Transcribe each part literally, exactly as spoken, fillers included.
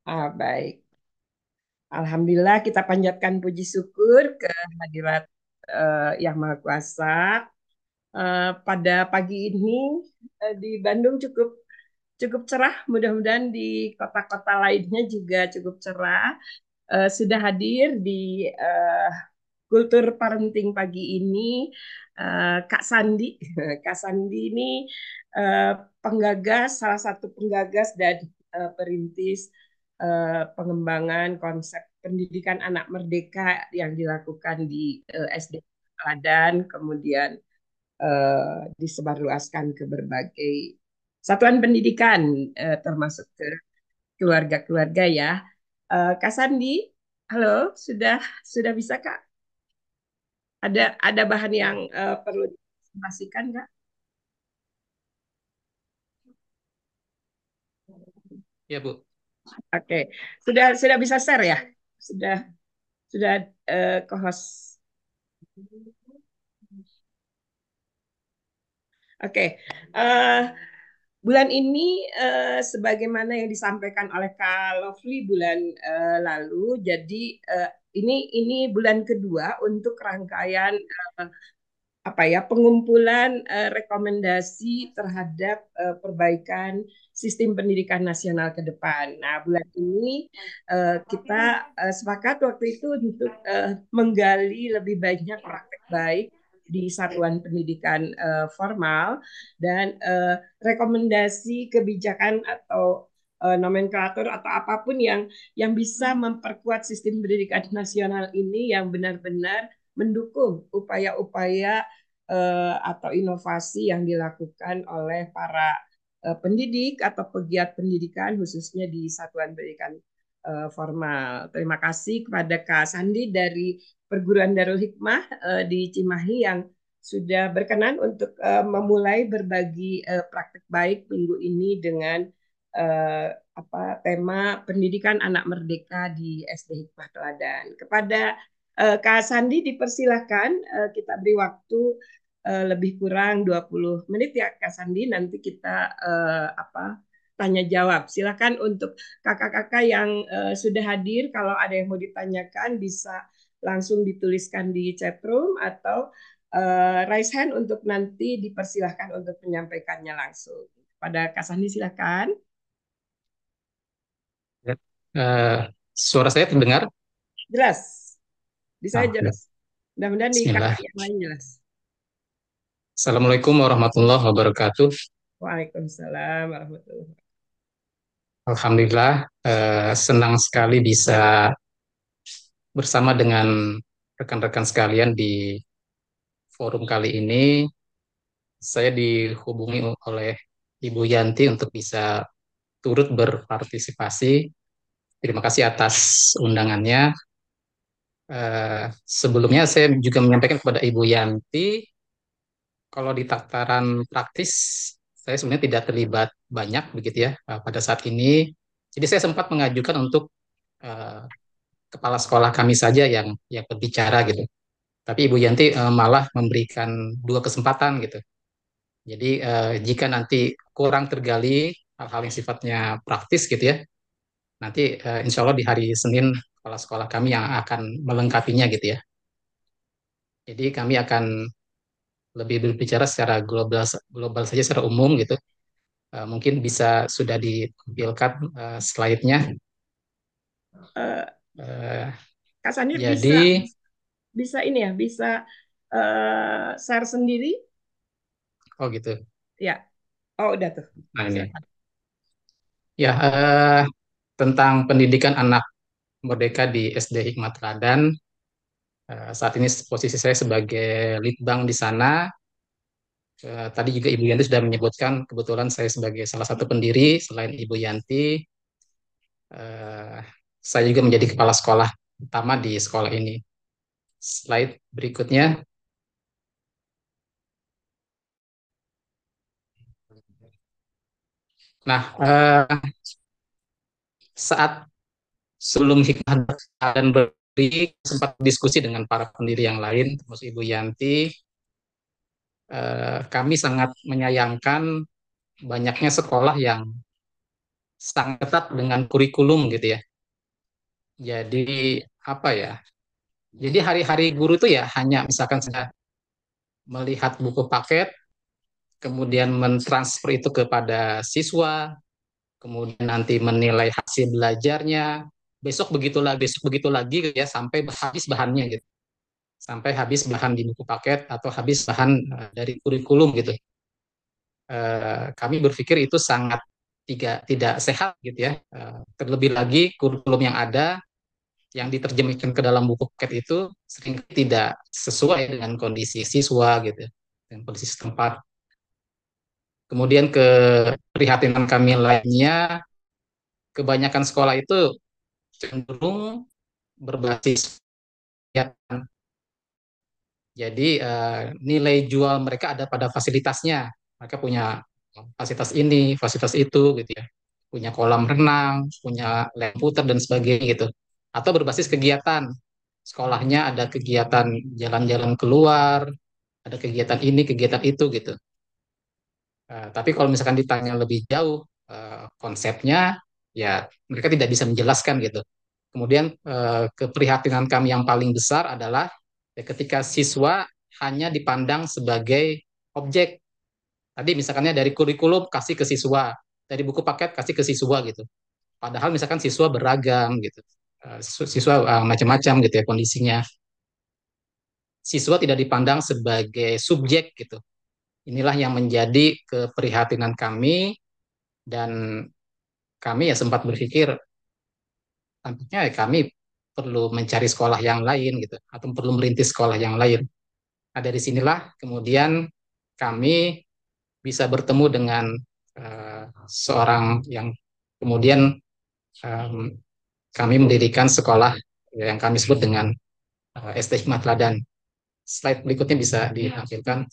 Ah, baik. Alhamdulillah kita panjatkan puji syukur ke hadirat eh, Yang Maha Kuasa. Eh, pada pagi ini eh, di Bandung cukup cukup cerah. Mudah-mudahan di kota-kota lainnya juga cukup cerah. Eh, sudah hadir di eh, kultur parenting pagi ini eh, Kak Sandi. Kak Sandi ini eh, penggagas, salah satu penggagas dan eh, perintis eh, pengembangan konsep pendidikan anak merdeka yang dilakukan di eh, S D Teladan, kemudian eh, disebarluaskan ke berbagai satuan pendidikan, eh, termasuk ke keluarga-keluarga ya. Eh, Kak Sandi, halo, sudah sudah bisa Kak? Ada ada bahan yang eh, perlu diinformasikan nggak? Ya, Bu. Oke, sudah sudah bisa share ya? Sudah sudah eh, co-host. Oke, eh, bulan ini eh, sebagaimana yang disampaikan oleh Kak Lovely bulan eh, lalu, jadi eh, ini ini bulan kedua untuk rangkaian eh, apa ya pengumpulan eh, rekomendasi terhadap eh, perbaikan sistem pendidikan nasional ke depan. Nah, bulan ini eh, kita eh, sepakat waktu itu untuk eh, menggali lebih banyak praktek baik di satuan pendidikan eh, formal dan eh, rekomendasi kebijakan atau eh, nomenklatur atau apapun yang yang bisa memperkuat sistem pendidikan nasional ini yang benar-benar mendukung upaya-upaya eh, atau inovasi yang dilakukan oleh para eh, pendidik atau pegiat pendidikan khususnya di satuan pendidikan eh, formal. Terima kasih kepada Kak Sandi dari Perguruan Darul Hikmah eh, di Cimahi yang sudah berkenan untuk eh, memulai berbagi eh, praktek baik minggu ini dengan eh, apa tema pendidikan anak merdeka di S D Hikmah Teladan. Kepada eh, Kak Sandi dipersilahkan eh, kita beri waktu eh, lebih kurang dua puluh menit ya Kak Sandi. Nanti kita eh, apa tanya jawab. Silakan untuk kakak-kakak yang eh, sudah hadir kalau ada yang mau ditanyakan bisa langsung dituliskan di chat room atau eh, raise hand untuk nanti dipersilahkan untuk menyampaikannya langsung. Pada Kak Sandi silakan. Ya. Eh, Suara saya terdengar? Jelas, bisa Ah, ya. jelas. Mudah-mudahan di kakak Bismillah. yang lain jelas. Assalamualaikum warahmatullahi wabarakatuh. Waalaikumsalam warahmatullahi wabarakatuh. Alhamdulillah, eh, senang sekali bisa bersama dengan rekan-rekan sekalian di forum kali ini. Saya dihubungi oleh Ibu Yanti untuk bisa turut berpartisipasi. Terima kasih atas undangannya. Eh, Sebelumnya saya juga menyampaikan kepada Ibu Yanti, kalau di tataran praktis, saya sebenarnya tidak terlibat banyak begitu ya eh, pada saat ini. Jadi saya sempat mengajukan untuk eh, kepala sekolah kami saja yang yang berbicara gitu. Tapi Ibu Yanti eh, malah memberikan dua kesempatan gitu. Jadi eh, jika nanti kurang tergali hal-hal yang sifatnya praktis gitu ya, nanti eh, insya Allah di hari Senin kepala sekolah kami yang akan melengkapinya gitu ya. Jadi kami akan lebih berbicara secara global global saja secara umum gitu. Eh, mungkin bisa sudah ditampilkan eh, slide-nya. Eh, Eh, Kak Sandi jadi, bisa bisa ini ya, bisa eh, share sendiri oh gitu. ya. Oh, udah tuh. Nah ini, Silakan. ya eh, tentang pendidikan anak merdeka di S D Hikmat Teladan. Eh, saat ini posisi saya sebagai litbang di sana. Eh, tadi juga Ibu Yanti sudah menyebutkan, kebetulan saya sebagai salah satu pendiri selain Ibu Yanti. eh, saya juga menjadi kepala sekolah utama di sekolah ini. Slide berikutnya. Nah, eh, saat sebelum hikmah dan beri sempat diskusi dengan para pendiri yang lain, termasuk Ibu Yanti, eh, kami sangat menyayangkan banyaknya sekolah yang sangat ketat dengan kurikulum gitu ya. Jadi apa ya? Jadi hari-hari guru itu ya hanya misalkan saya melihat buku paket, kemudian mentransfer itu kepada siswa, kemudian nanti menilai hasil belajarnya, besok begitu lagi, besok begitu lagi gitu ya sampai habis bahannya gitu, sampai habis bahan di buku paket atau habis bahan eh, dari kurikulum gitu. Eh, kami berpikir itu sangat tidak tidak sehat gitu ya. Eh, terlebih lagi kurikulum yang ada yang diterjemahkan ke dalam buku paket itu sering tidak sesuai dengan kondisi siswa gitu, dan kondisi setempat. Kemudian keprihatinan kami lainnya, kebanyakan sekolah itu cenderung berbasis kegiatan. Jadi eh, nilai jual mereka ada pada fasilitasnya. Mereka punya fasilitas ini, fasilitas itu gitu ya. Punya kolam renang, punya lem puter dan sebagainya gitu. Atau berbasis kegiatan. Sekolahnya ada kegiatan jalan-jalan keluar, ada kegiatan ini, kegiatan itu gitu. Eh, tapi kalau misalkan ditanya lebih jauh eh, konsepnya, ya mereka tidak bisa menjelaskan gitu. Kemudian eh, keprihatinan kami yang paling besar adalah ya, ketika siswa hanya dipandang sebagai objek. Tadi misalkannya dari kurikulum kasih ke siswa, dari buku paket kasih ke siswa gitu. Padahal misalkan siswa beragam gitu. Eh, Siswa eh, macam-macam gitu ya kondisinya. Siswa tidak dipandang sebagai subjek gitu. Inilah yang menjadi keprihatinan kami, dan kami ya sempat berpikir tampaknya ya kami perlu mencari sekolah yang lain gitu atau perlu merintis sekolah yang lain. Nah, dari sinilah kemudian kami bisa bertemu dengan eh, seorang yang kemudian em, kami mendirikan sekolah yang kami sebut dengan eh, S T Hikmat Ladan. Slide berikutnya bisa ditampilkan.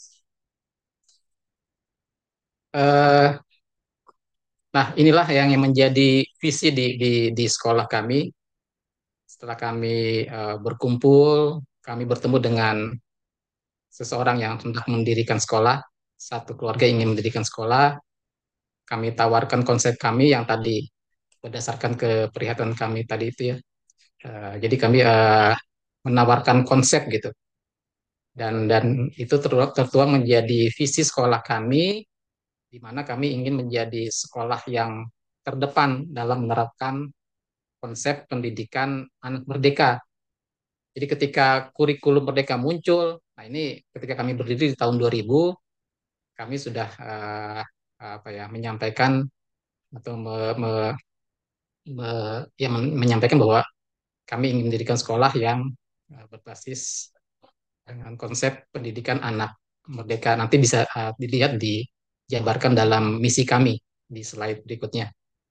Eh, nah, inilah yang, yang menjadi visi di, di, di sekolah kami. Setelah kami eh, berkumpul, kami bertemu dengan seseorang yang hendak mendirikan sekolah, satu keluarga ingin mendirikan sekolah, kami tawarkan konsep kami yang tadi berdasarkan keprihatinan kami tadi itu ya. Eh, jadi kami eh, menawarkan konsep gitu, dan dan itu ter- tertuang menjadi visi sekolah kami, di mana kami ingin menjadi sekolah yang terdepan dalam menerapkan konsep pendidikan anak merdeka. Jadi ketika kurikulum merdeka muncul, nah ini ketika kami berdiri di tahun dua ribu, kami sudah uh, apa ya menyampaikan atau me, me, me, ya, men- menyampaikan bahwa kami ingin mendirikan sekolah yang uh, berbasis dengan konsep pendidikan anak merdeka. Nanti bisa uh, dilihat dijabarkan dalam misi kami di slide berikutnya.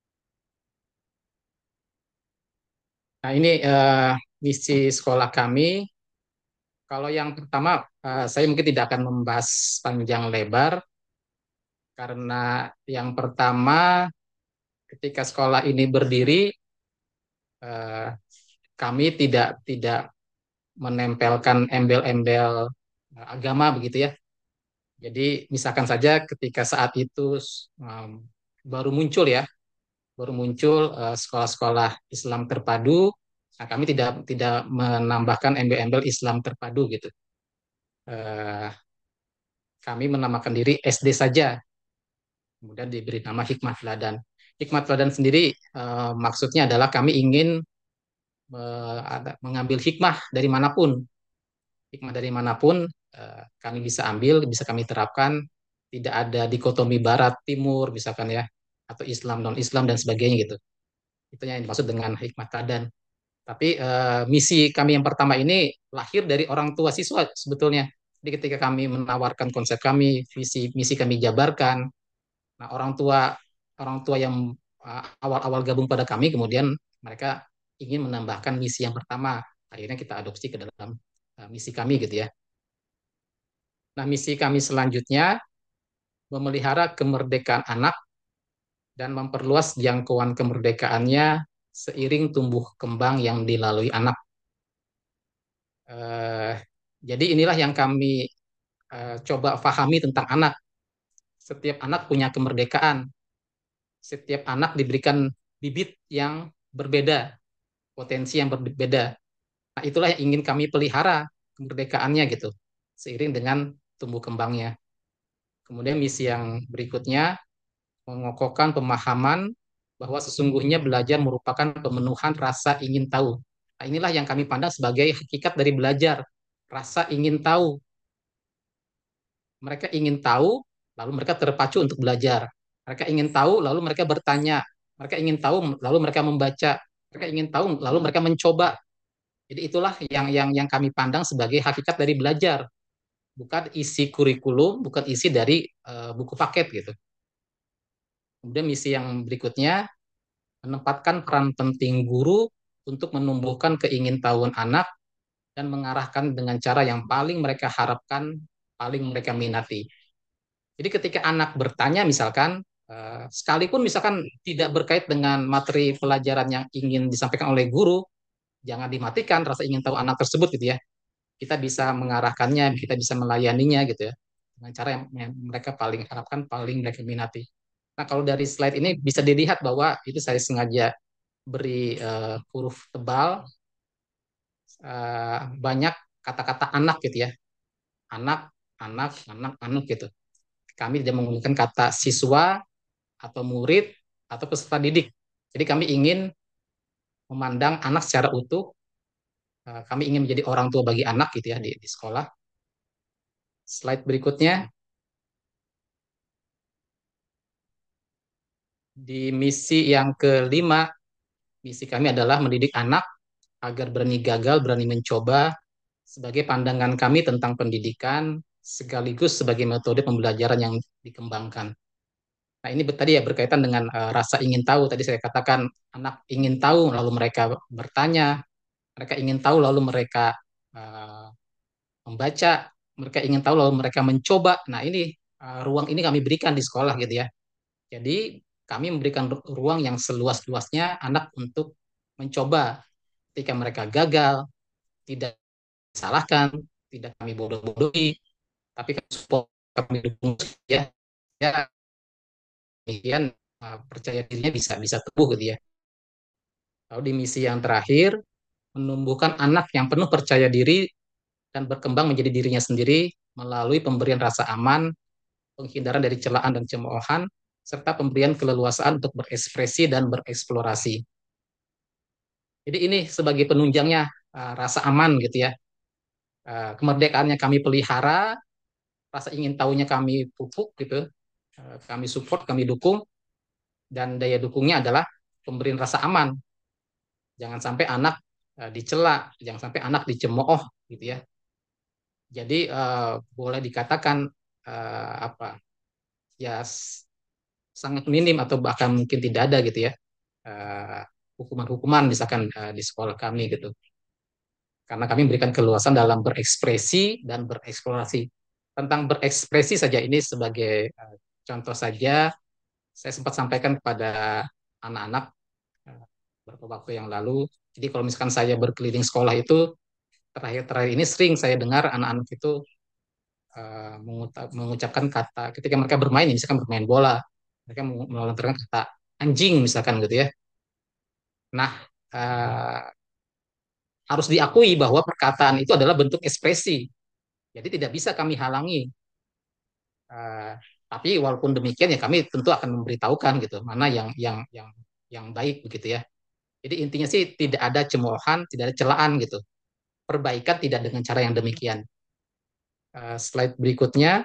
Nah ini uh, misi sekolah kami. Kalau yang pertama, uh, saya mungkin tidak akan membahas panjang lebar karena yang pertama ketika sekolah ini berdiri, eh, kami tidak tidak menempelkan embel-embel eh, agama begitu ya. Jadi misalkan saja ketika saat itu um, baru muncul ya, baru muncul eh, sekolah-sekolah Islam terpadu, nah kami tidak tidak menambahkan embel-embel Islam terpadu gitu. Eh, Kami menamakan diri S D saja, kemudian diberi nama Hikmat Teladan. Hikmat Teladan sendiri eh, maksudnya adalah kami ingin me- ada- mengambil hikmah dari manapun, hikmah dari manapun eh, kami bisa ambil, bisa kami terapkan. Tidak ada dikotomi barat timur misalkan ya, atau Islam non Islam dan sebagainya gitu. Itu yang dimaksud dengan hikmah tadan. Tapi eh, misi kami yang pertama ini lahir dari orang tua siswa sebetulnya. Jadi ketika kami menawarkan konsep kami, visi misi kami jabarkan, nah orang tua orang tua yang uh, awal-awal gabung pada kami, kemudian mereka ingin menambahkan misi yang pertama. Akhirnya kita adopsi ke dalam uh, misi kami gitu ya. Nah, misi kami selanjutnya memelihara kemerdekaan anak dan memperluas jangkauan kemerdekaannya seiring tumbuh kembang yang dilalui anak. Uh, jadi inilah yang kami uh, coba pahami tentang anak. Setiap anak punya kemerdekaan. Setiap anak diberikan bibit yang berbeda, potensi yang berbeda. Nah, itulah yang ingin kami pelihara kemerdekaannya gitu, seiring dengan tumbuh kembangnya. Kemudian misi yang berikutnya mengokohkan pemahaman bahwa sesungguhnya belajar merupakan pemenuhan rasa ingin tahu. Nah, inilah yang kami pandang sebagai hakikat dari belajar, rasa ingin tahu. Mereka ingin tahu, lalu mereka terpacu untuk belajar. Mereka ingin tahu, lalu mereka bertanya. Mereka ingin tahu, lalu mereka membaca. Mereka ingin tahu, lalu mereka mencoba. Jadi itulah yang yang yang kami pandang sebagai hakikat dari belajar, bukan isi kurikulum, bukan isi dari uh, buku paket gitu. Kemudian misi yang berikutnya menempatkan peran penting guru untuk menumbuhkan keingintahuan anak dan mengarahkan dengan cara yang paling mereka harapkan, paling mereka minati. Jadi ketika anak bertanya misalkan, eh, sekalipun misalkan tidak berkait dengan materi pelajaran yang ingin disampaikan oleh guru, jangan dimatikan rasa ingin tahu anak tersebut gitu ya. Kita bisa mengarahkannya, kita bisa melayaninya gitu ya. Dengan cara yang, yang mereka paling harapkan, paling mereka minati. Nah, kalau dari slide ini bisa dilihat bahwa itu saya sengaja beri eh, huruf tebal, eh, banyak kata-kata anak gitu ya. Anak, anak, anak, anak gitu. Kami tidak menggunakan kata siswa atau murid atau peserta didik. Jadi kami ingin memandang anak secara utuh. Eh, Kami ingin menjadi orang tua bagi anak gitu ya di, di sekolah. Slide berikutnya, di misi yang kelima, misi kami adalah mendidik anak agar berani gagal, berani mencoba, sebagai pandangan kami tentang pendidikan, sekaligus sebagai metode pembelajaran yang dikembangkan. Nah, ini tadi ya berkaitan dengan uh, rasa ingin tahu. Tadi saya katakan anak ingin tahu, lalu mereka bertanya, mereka ingin tahu, lalu mereka uh, membaca, mereka ingin tahu, lalu mereka mencoba. Nah, ini uh, ruang ini kami berikan di sekolah gitu ya. Jadi kami memberikan ruang yang seluas-luasnya anak untuk mencoba. Ketika mereka gagal, tidak disalahkan, tidak kami bodoh-bodohi, tapi kami support, kami dukung ya. Ya, kemudian uh, percaya dirinya bisa bisa tumbuh gitu ya. Lalu di misi yang terakhir, menumbuhkan anak yang penuh percaya diri dan berkembang menjadi dirinya sendiri melalui pemberian rasa aman, penghindaran dari celaan dan cemoohan, serta pemberian keleluasaan untuk berekspresi dan bereksplorasi. Jadi ini sebagai penunjangnya uh, rasa aman gitu ya. Uh, kemerdekaannya kami pelihara, rasa ingin tahunya kami pupuk gitu, uh, kami support, kami dukung, dan daya dukungnya adalah pemberian rasa aman. Jangan sampai anak uh, dicela, jangan sampai anak dicemooh gitu ya. Jadi uh, boleh dikatakan uh, apa ya sangat minim atau bahkan mungkin tidak ada gitu ya uh, hukuman-hukuman misalkan uh, di sekolah kami gitu. Karena kami memberikan keluasan dalam berekspresi dan bereksplorasi. Tentang berekspresi saja ini sebagai uh, contoh saja, saya sempat sampaikan kepada anak-anak uh, beberapa waktu yang lalu. Jadi kalau misalkan saya berkeliling sekolah itu, terakhir-terakhir ini sering saya dengar anak-anak itu uh, mengucapkan kata, ketika mereka bermain, misalkan bermain bola, mereka melontarkan kata anjing misalkan gitu ya. Nah, uh, harus diakui bahwa perkataan itu adalah bentuk ekspresi. Jadi tidak bisa kami halangi. Uh, tapi walaupun demikian ya kami tentu akan memberitahukan gitu mana yang yang yang yang baik begitu ya. Jadi intinya sih tidak ada cemoohan, tidak ada celaan gitu. Perbaikan tidak dengan cara yang demikian. Uh, slide berikutnya.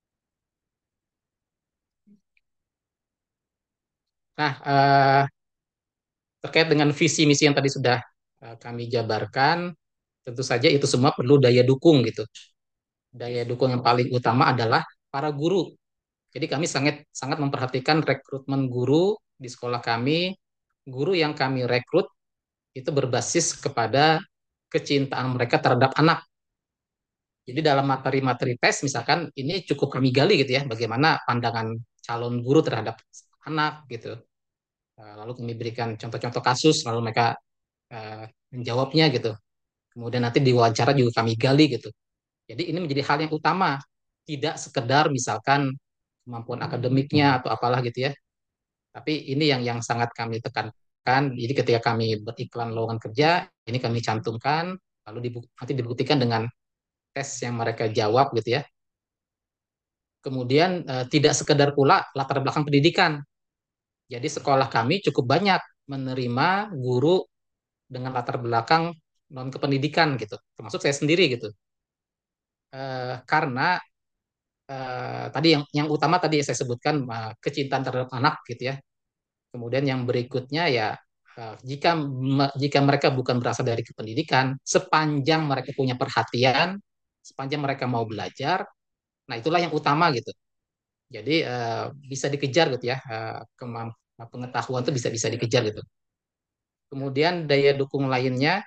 Nah, uh, terkait dengan visi misi yang tadi sudah uh, kami jabarkan, tentu saja itu semua perlu daya dukung gitu. Daya dukung yang paling utama adalah para guru. Jadi kami sangat sangat memperhatikan rekrutmen guru di sekolah kami. Guru yang kami rekrut itu berbasis kepada kecintaan mereka terhadap anak. Jadi dalam materi-materi tes misalkan ini cukup kami gali gitu ya, bagaimana pandangan calon guru terhadap anak gitu. Eh, Lalu kami berikan contoh-contoh kasus, lalu mereka eh, menjawabnya gitu. Kemudian nanti di wawancara juga kami gali gitu. Jadi ini menjadi hal yang utama, tidak sekedar misalkan kemampuan akademiknya atau apalah gitu ya. Tapi ini yang yang sangat kami tekankan. Jadi ketika kami beriklan lowongan kerja, ini kami cantumkan, lalu dibuk nanti dibuktikan dengan tes yang mereka jawab gitu ya. Kemudian eh, tidak sekedar pula latar belakang pendidikan. Jadi sekolah kami cukup banyak menerima guru dengan latar belakang non kependidikan gitu, termasuk saya sendiri gitu. Eh, karena eh, tadi yang yang utama tadi saya sebutkan eh, kecintaan terhadap anak gitu ya. Kemudian yang berikutnya ya eh, jika jika mereka bukan berasal dari kependidikan, sepanjang mereka punya perhatian, sepanjang mereka mau belajar, nah itulah yang utama gitu. Jadi eh, bisa dikejar gitu ya, eh, kemamp- pengetahuan itu bisa bisa dikejar gitu. Kemudian daya dukung lainnya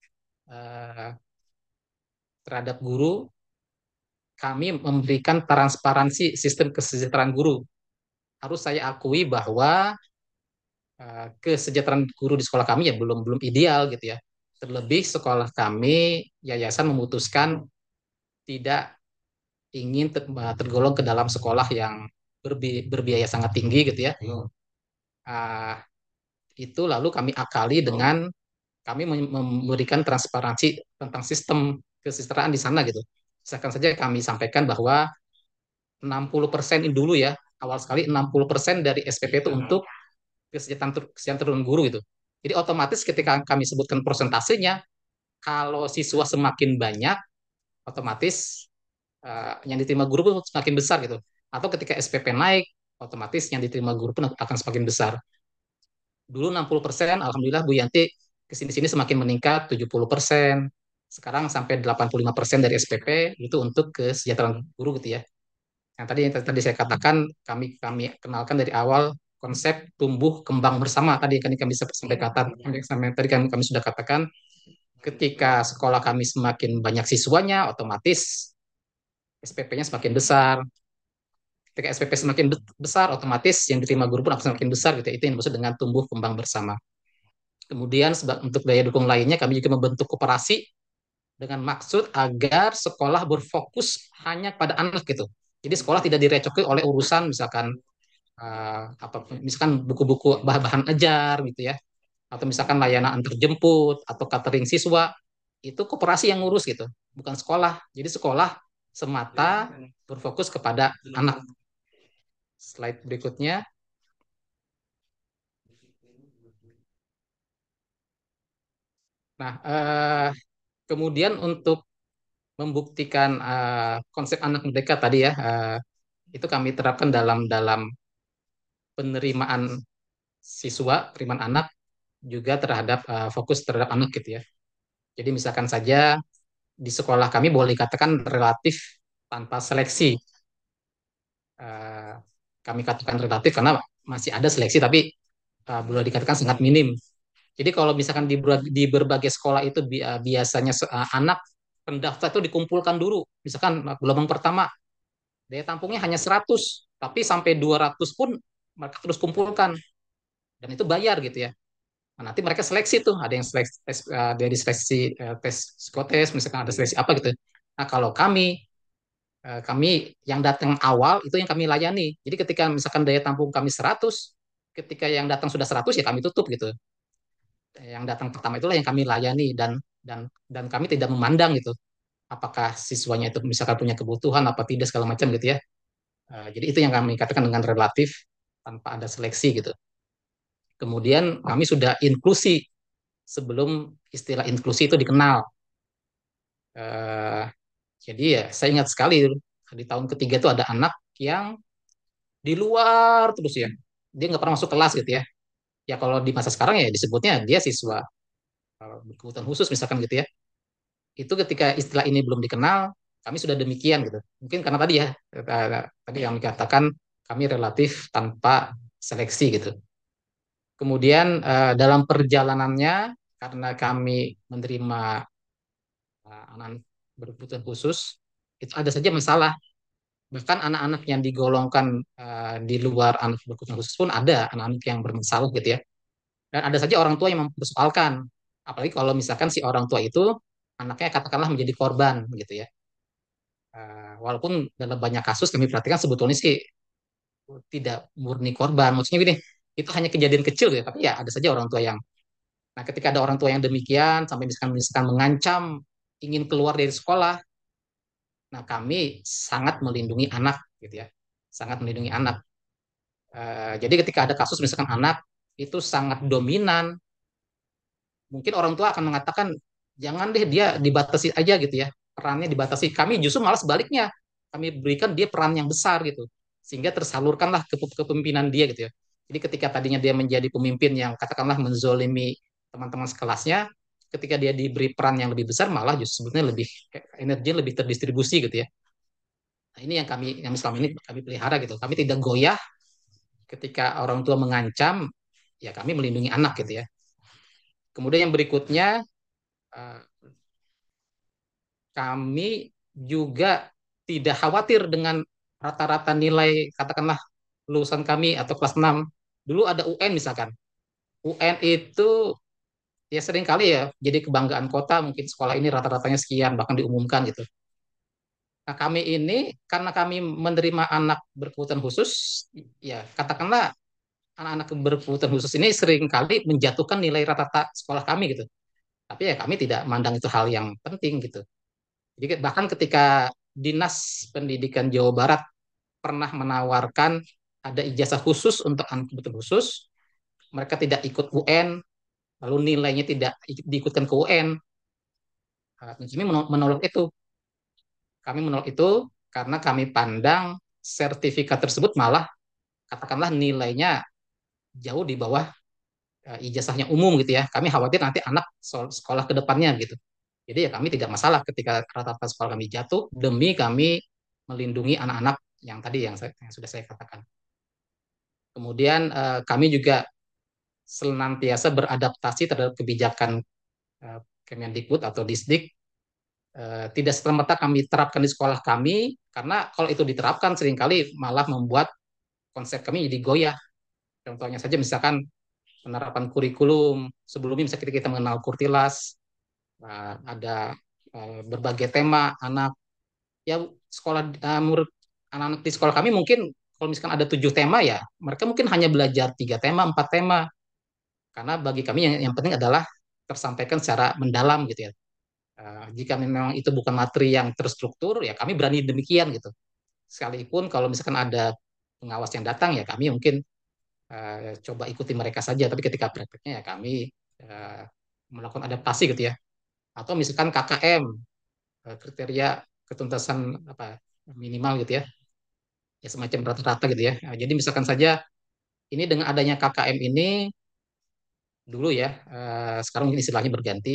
eh, terhadap guru, kami memberikan transparansi sistem kesejahteraan guru. Harus saya akui bahwa eh, kesejahteraan guru di sekolah kami ya belum belum ideal gitu ya. Terlebih sekolah kami yayasan memutuskan tidak ingin ter- tergolong ke dalam sekolah yang berbi- berbiaya sangat tinggi gitu ya. Ah, itu lalu kami akali dengan kami mem- memberikan transparansi tentang sistem kesejahteraan di sana gitu. Misalkan saja kami sampaikan bahwa enam puluh persen ini dulu ya, awal sekali enam puluh persen dari S P P itu untuk kesejahteraan, kesejahteraan guru gitu. Jadi otomatis ketika kami sebutkan persentasenya, kalau siswa semakin banyak, otomatis uh, yang diterima guru pun semakin besar gitu. Atau ketika S P P naik, otomatis yang diterima guru pun akan semakin besar. Dulu enam puluh persen, Alhamdulillah Bu Yanti kesini-sini semakin meningkat tujuh puluh persen. Sekarang sampai delapan puluh lima persen dari S P P itu untuk kesejahteraan guru gitu ya. Yang tadi yang tadi saya katakan, kami kami kenalkan dari awal konsep tumbuh kembang bersama tadi kan kami sampai kata sampai tadi kan kami sudah katakan ketika sekolah kami semakin banyak siswanya otomatis S P P-nya semakin besar. Ketika S P P semakin besar otomatis yang diterima guru pun akan semakin besar gitu ya. Itu yang dimaksud dengan tumbuh kembang bersama. Kemudian untuk daya dukung lainnya kami juga membentuk koperasi dengan maksud agar sekolah berfokus hanya pada anak gitu. Jadi sekolah tidak direcoki oleh urusan misalkan uh, apa misalkan buku-buku bahan-bahan ajar gitu ya atau misalkan layanan antar jemput atau catering siswa itu koperasi yang ngurus gitu bukan sekolah jadi sekolah semata berfokus kepada anak. Slide berikutnya. Nah eh, kemudian untuk membuktikan eh, konsep anak merdeka tadi ya eh, itu kami terapkan dalam dalam penerimaan siswa penerimaan anak juga terhadap eh, fokus terhadap anak gitu ya. Jadi misalkan saja di sekolah kami boleh dikatakan relatif tanpa seleksi. Eh, Kami katakan relatif karena masih ada seleksi tapi eh, boleh dikatakan sangat minim. Jadi kalau misalkan di, di berbagai sekolah itu bi- eh, biasanya se- eh, anak pendaftar itu dikumpulkan dulu. Misalkan eh, gelombang pertama daya tampungnya hanya seratus, tapi sampai dua ratus pun mereka terus kumpulkan dan itu bayar gitu ya. Nah, nanti mereka seleksi tuh, ada yang seleksi tes, uh, dari seleksi uh, tes psikotes, misalkan ada seleksi apa gitu. Nah, kalau kami uh, kami yang datang awal itu yang kami layani. Jadi ketika misalkan daya tampung kami seratus, ketika yang datang sudah seratus ya kami tutup gitu. Yang datang pertama itulah yang kami layani dan dan dan kami tidak memandang gitu apakah siswanya itu misalkan punya kebutuhan apa tidak segala macam gitu ya. Uh, jadi itu yang kami katakan dengan relatif tanpa ada seleksi gitu. Kemudian kami sudah inklusi sebelum istilah inklusi itu dikenal. Eh, jadi ya saya ingat sekali di tahun ketiga itu ada anak yang di luar terus ya. Dia nggak pernah masuk kelas gitu ya. Ya kalau di masa sekarang ya disebutnya dia siswa eh, berkebutuhan khusus misalkan gitu ya. Itu ketika istilah ini belum dikenal, kami sudah demikian gitu. Mungkin karena tadi ya, eh, tadi yang dikatakan kami relatif tanpa seleksi gitu. Kemudian eh, dalam perjalanannya karena kami menerima eh, anak-anak berkebutuhan khusus itu ada saja masalah. Bahkan anak-anak yang digolongkan eh, di luar anak berkebutuhan khusus pun ada anak-anak yang bermasalah gitu ya. Dan ada saja orang tua yang mempersoalkan. Apalagi kalau misalkan si orang tua itu anaknya katakanlah menjadi korban gitu ya. Eh, walaupun dalam banyak kasus kami perhatikan sebetulnya sih tidak murni korban. Maksudnya gini, itu hanya kejadian kecil ya, tapi ya ada saja orang tua yang, nah ketika ada orang tua yang demikian sampai misalkan misalkan mengancam ingin keluar dari sekolah, nah kami sangat melindungi anak gitu ya, sangat melindungi anak. Eh, jadi ketika ada kasus misalkan anak itu sangat dominan, mungkin orang tua akan mengatakan jangan deh dia dibatasi aja gitu ya, perannya dibatasi. Kami justru malah sebaliknya, kami berikan dia peran yang besar gitu, sehingga tersalurkanlah ke kepemimpinan dia gitu ya. Jadi ketika tadinya dia menjadi pemimpin yang katakanlah menzolimi teman-teman sekelasnya, ketika dia diberi peran yang lebih besar malah justru sebetulnya lebih energi lebih terdistribusi gitu ya. Nah, ini yang kami yang selama ini kami pelihara gitu. Kami tidak goyah ketika orang tua mengancam, ya kami melindungi anak gitu ya. Kemudian yang berikutnya, eh, kami juga tidak khawatir dengan rata-rata nilai katakanlah lulusan kami atau kelas enam. Dulu ada U N misalkan. U N itu ya sering kali ya jadi kebanggaan kota, mungkin sekolah ini rata-ratanya sekian bahkan diumumkan gitu. Nah, kami ini karena kami menerima anak berkebutuhan khusus, ya katakanlah anak-anak berkebutuhan khusus ini sering kali menjatuhkan nilai rata-rata sekolah kami gitu. Tapi ya kami tidak mandang itu hal yang penting gitu. Jadi bahkan ketika Dinas Pendidikan Jawa Barat pernah menawarkan ada ijazah khusus untuk anak kebutuhan khusus, mereka tidak ikut U N, lalu nilainya tidak diikutkan ke U N. Kami menolak itu. Kami menolak itu karena kami pandang sertifikat tersebut malah katakanlah nilainya jauh di bawah eh, ijazahnya umum gitu ya. Kami khawatir nanti anak sekolah ke depannya gitu. Jadi ya kami tidak masalah ketika rata-rata sekolah kami jatuh demi kami melindungi anak-anak yang tadi yang, saya, yang sudah saya katakan. Kemudian eh, kami juga senantiasa beradaptasi terhadap kebijakan eh, Kemendikbud atau Disdik. Eh, tidak serta-merta kami terapkan di sekolah kami karena kalau itu diterapkan seringkali malah membuat konsep kami jadi goyah. Contohnya saja misalkan penerapan kurikulum sebelumnya misalnya kita mengenal kurtilas, eh, ada eh, berbagai tema anak ya sekolah uh, murid anak-anak di sekolah kami mungkin kalau misalkan ada tujuh tema ya mereka mungkin hanya belajar tiga tema empat tema karena bagi kami yang yang penting adalah tersampaikan secara mendalam gitu ya. Uh, jika memang itu bukan materi yang terstruktur ya kami berani demikian gitu sekalipun kalau misalkan ada pengawas yang datang ya kami mungkin uh, coba ikuti mereka saja tapi ketika prakteknya ya kami uh, melakukan adaptasi gitu ya atau misalkan K K M uh, kriteria ketuntasan apa minimal gitu ya ya semacam rata-rata gitu ya. Nah, jadi misalkan saja ini dengan adanya K K M ini dulu ya, eh, sekarang mungkin istilahnya berganti,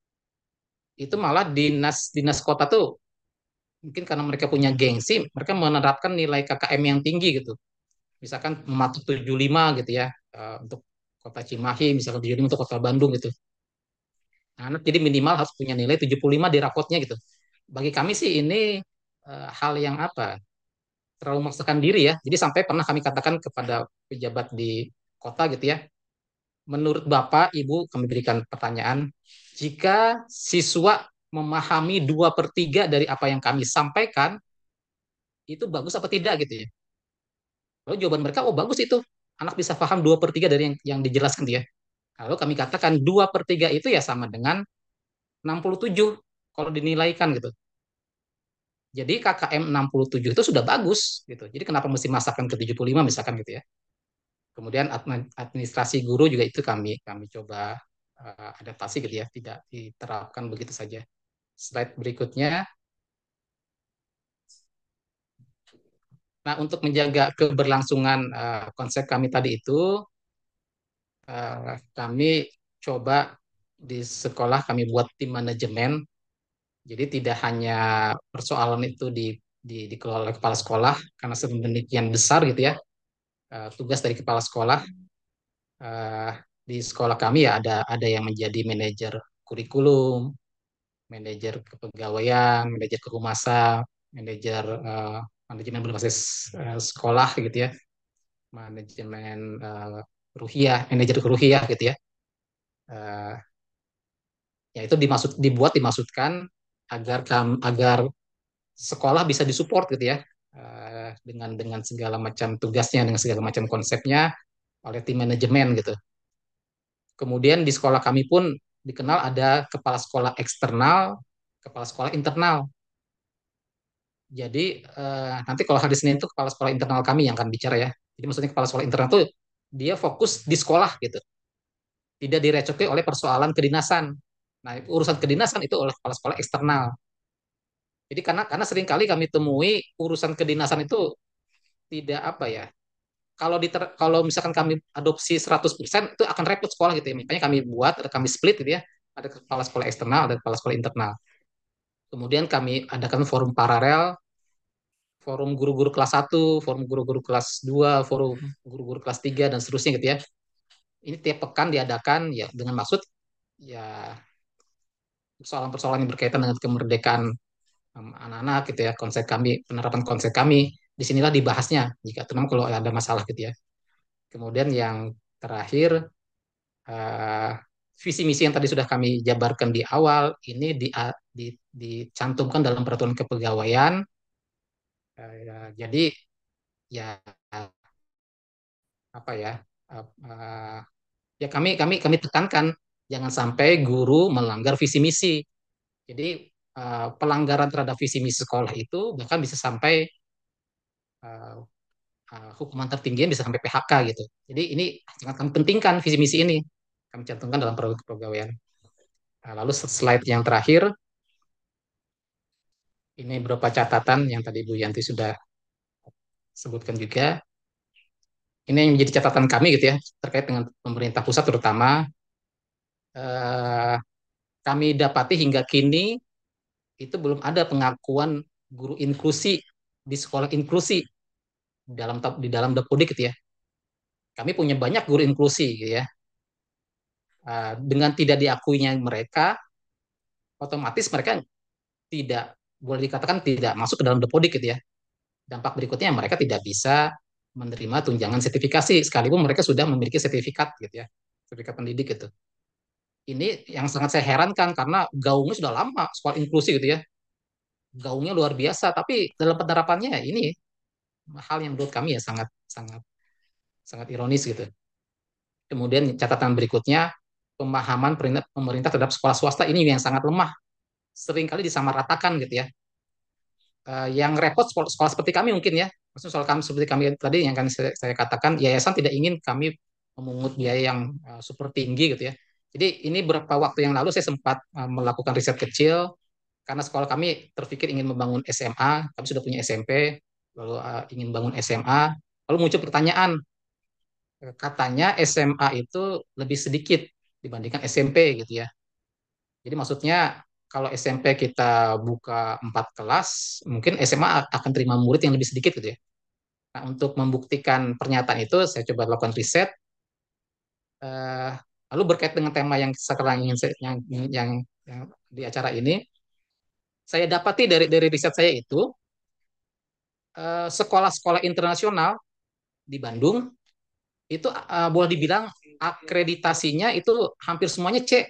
itu malah dinas dinas kota tuh mungkin karena mereka punya gengsi, mereka menerapkan nilai K K M yang tinggi gitu. Misalkan mematok tujuh puluh lima gitu ya eh, untuk kota Cimahi, misalkan tujuh puluh lima untuk kota Bandung gitu. Nah, anak jadi minimal harus punya nilai tujuh puluh lima di rapotnya gitu. Bagi kami sih ini eh, hal yang apa? Terlalu memaksakan diri ya. Jadi sampai pernah kami katakan kepada pejabat di kota gitu ya, menurut Bapak, Ibu, kami berikan pertanyaan, jika siswa memahami dua per tiga dari apa yang kami sampaikan, itu bagus apa tidak gitu ya. Lalu jawaban mereka, oh bagus itu, anak bisa paham dua per tiga dari yang, yang dijelaskan dia. Lalu kami katakan dua per tiga itu ya sama dengan enam puluh tujuh kalau dinilaikan gitu. Jadi K K M enam puluh tujuh itu sudah bagus gitu. Jadi kenapa mesti masakkan ke tujuh puluh lima misalkan gitu ya. Kemudian administrasi guru juga itu kami kami coba uh, adaptasi gitu ya, tidak diterapkan begitu saja. Slide berikutnya. Nah, untuk menjaga keberlangsungan uh, konsep kami tadi itu, uh, kami coba di sekolah kami buat tim manajemen. Jadi tidak hanya persoalan itu di, di, dikelola oleh kepala sekolah, karena sedemikian besar gitu ya, uh, tugas dari kepala sekolah. Uh, di sekolah kami ya ada ada yang menjadi manajer kurikulum, manajer kepegawaian, manajer kehumasan, manajer uh, manajemen berbasis uh, sekolah gitu ya, manajemen uh, ruhiyah, manajer ruhiyah gitu ya. Uh, ya itu dimaksud dibuat dimaksudkan agar kam, agar sekolah bisa disupport gitu ya uh, dengan dengan segala macam tugasnya dengan segala macam konsepnya oleh tim manajemen gitu. Kemudian di sekolah kami pun dikenal ada kepala sekolah eksternal, kepala sekolah internal. Jadi eh, nanti kalau hari Senin itu kepala sekolah internal kami yang akan bicara ya. Jadi maksudnya kepala sekolah internal itu dia fokus di sekolah gitu, tidak direcoki oleh persoalan kedinasan. Nah, urusan kedinasan itu oleh kepala sekolah eksternal. Jadi karena karena sering kali kami temui urusan kedinasan itu tidak apa ya. Kalau diter, kalau misalkan kami adopsi seratus persen itu akan repot sekolah gitu ya. Makanya kami buat, ada kami split gitu ya. Ada kepala sekolah eksternal, ada kepala sekolah internal. Kemudian kami adakan forum paralel, forum guru-guru kelas satu, forum guru-guru kelas dua, forum guru-guru kelas tiga dan seterusnya gitu ya. Ini tiap pekan diadakan ya dengan maksud ya persoalan-persoalan yang berkaitan dengan kemerdekaan um, anak-anak gitu ya, konsep kami, penerapan konsep kami, disinilah dibahasnya jika teman kalau ada masalah gitu ya. Kemudian yang terakhir eh, visi misi yang tadi sudah kami jabarkan di awal ini di, di, dicantumkan dalam peraturan kepegawaian. Eh, ya, jadi ya apa ya eh, eh, ya kami kami kami tekankan jangan sampai guru melanggar visi misi. Jadi eh, pelanggaran terhadap visi misi sekolah itu bahkan bisa sampai eh, eh, hukuman tertinggi bisa sampai P H K gitu. Jadi ini sangat kami pentingkan visi misi ini kami cantumkan dalam peraturan kepegawaian. Nah, lalu slide yang terakhir ini beberapa catatan yang tadi Bu Yanti sudah sebutkan juga. Ini yang menjadi catatan kami gitu ya terkait dengan pemerintah pusat terutama eh, kami dapati hingga kini itu belum ada pengakuan guru inklusi di sekolah inklusi dalam di dalam Dapodik gitu ya. Kami punya banyak guru inklusi gitu ya. Eh, dengan tidak diakuinya mereka, otomatis mereka tidak boleh dikatakan tidak masuk ke dalam Dapodik gitu ya. Dampak berikutnya mereka tidak bisa menerima tunjangan sertifikasi sekalipun mereka sudah memiliki sertifikat gitu ya, sertifikat pendidik gitu. Ini yang sangat saya herankan karena gaungnya sudah lama sekolah inklusi gitu ya, gaungnya luar biasa, tapi dalam penerapannya ini hal yang menurut kami ya sangat sangat sangat ironis gitu. Kemudian catatan berikutnya pemahaman pemerintah terhadap sekolah swasta ini yang sangat lemah, seringkali disamaratakan gitu ya. Uh, yang repot sekolah, sekolah seperti kami mungkin ya, maksudnya soal kami seperti kami tadi yang kan saya, saya katakan yayasan tidak ingin kami memungut biaya yang uh, super tinggi gitu ya. Jadi ini beberapa waktu yang lalu saya sempat uh, melakukan riset kecil karena sekolah kami terpikir ingin membangun S M A, kami sudah punya S M P, lalu uh, ingin bangun S M A, lalu muncul pertanyaan, katanya S M A itu lebih sedikit dibandingkan S M P gitu ya. Jadi maksudnya kalau S M P kita buka empat kelas, mungkin S M A akan terima murid yang lebih sedikit gitu ya. Nah, untuk membuktikan pernyataan itu, saya coba lakukan riset. Eh, lalu berkait dengan tema yang sekarang ingin saya, yang, yang, yang di acara ini, saya dapati dari dari riset saya itu eh, sekolah-sekolah internasional di Bandung itu eh, boleh dibilang akreditasinya itu hampir semuanya C,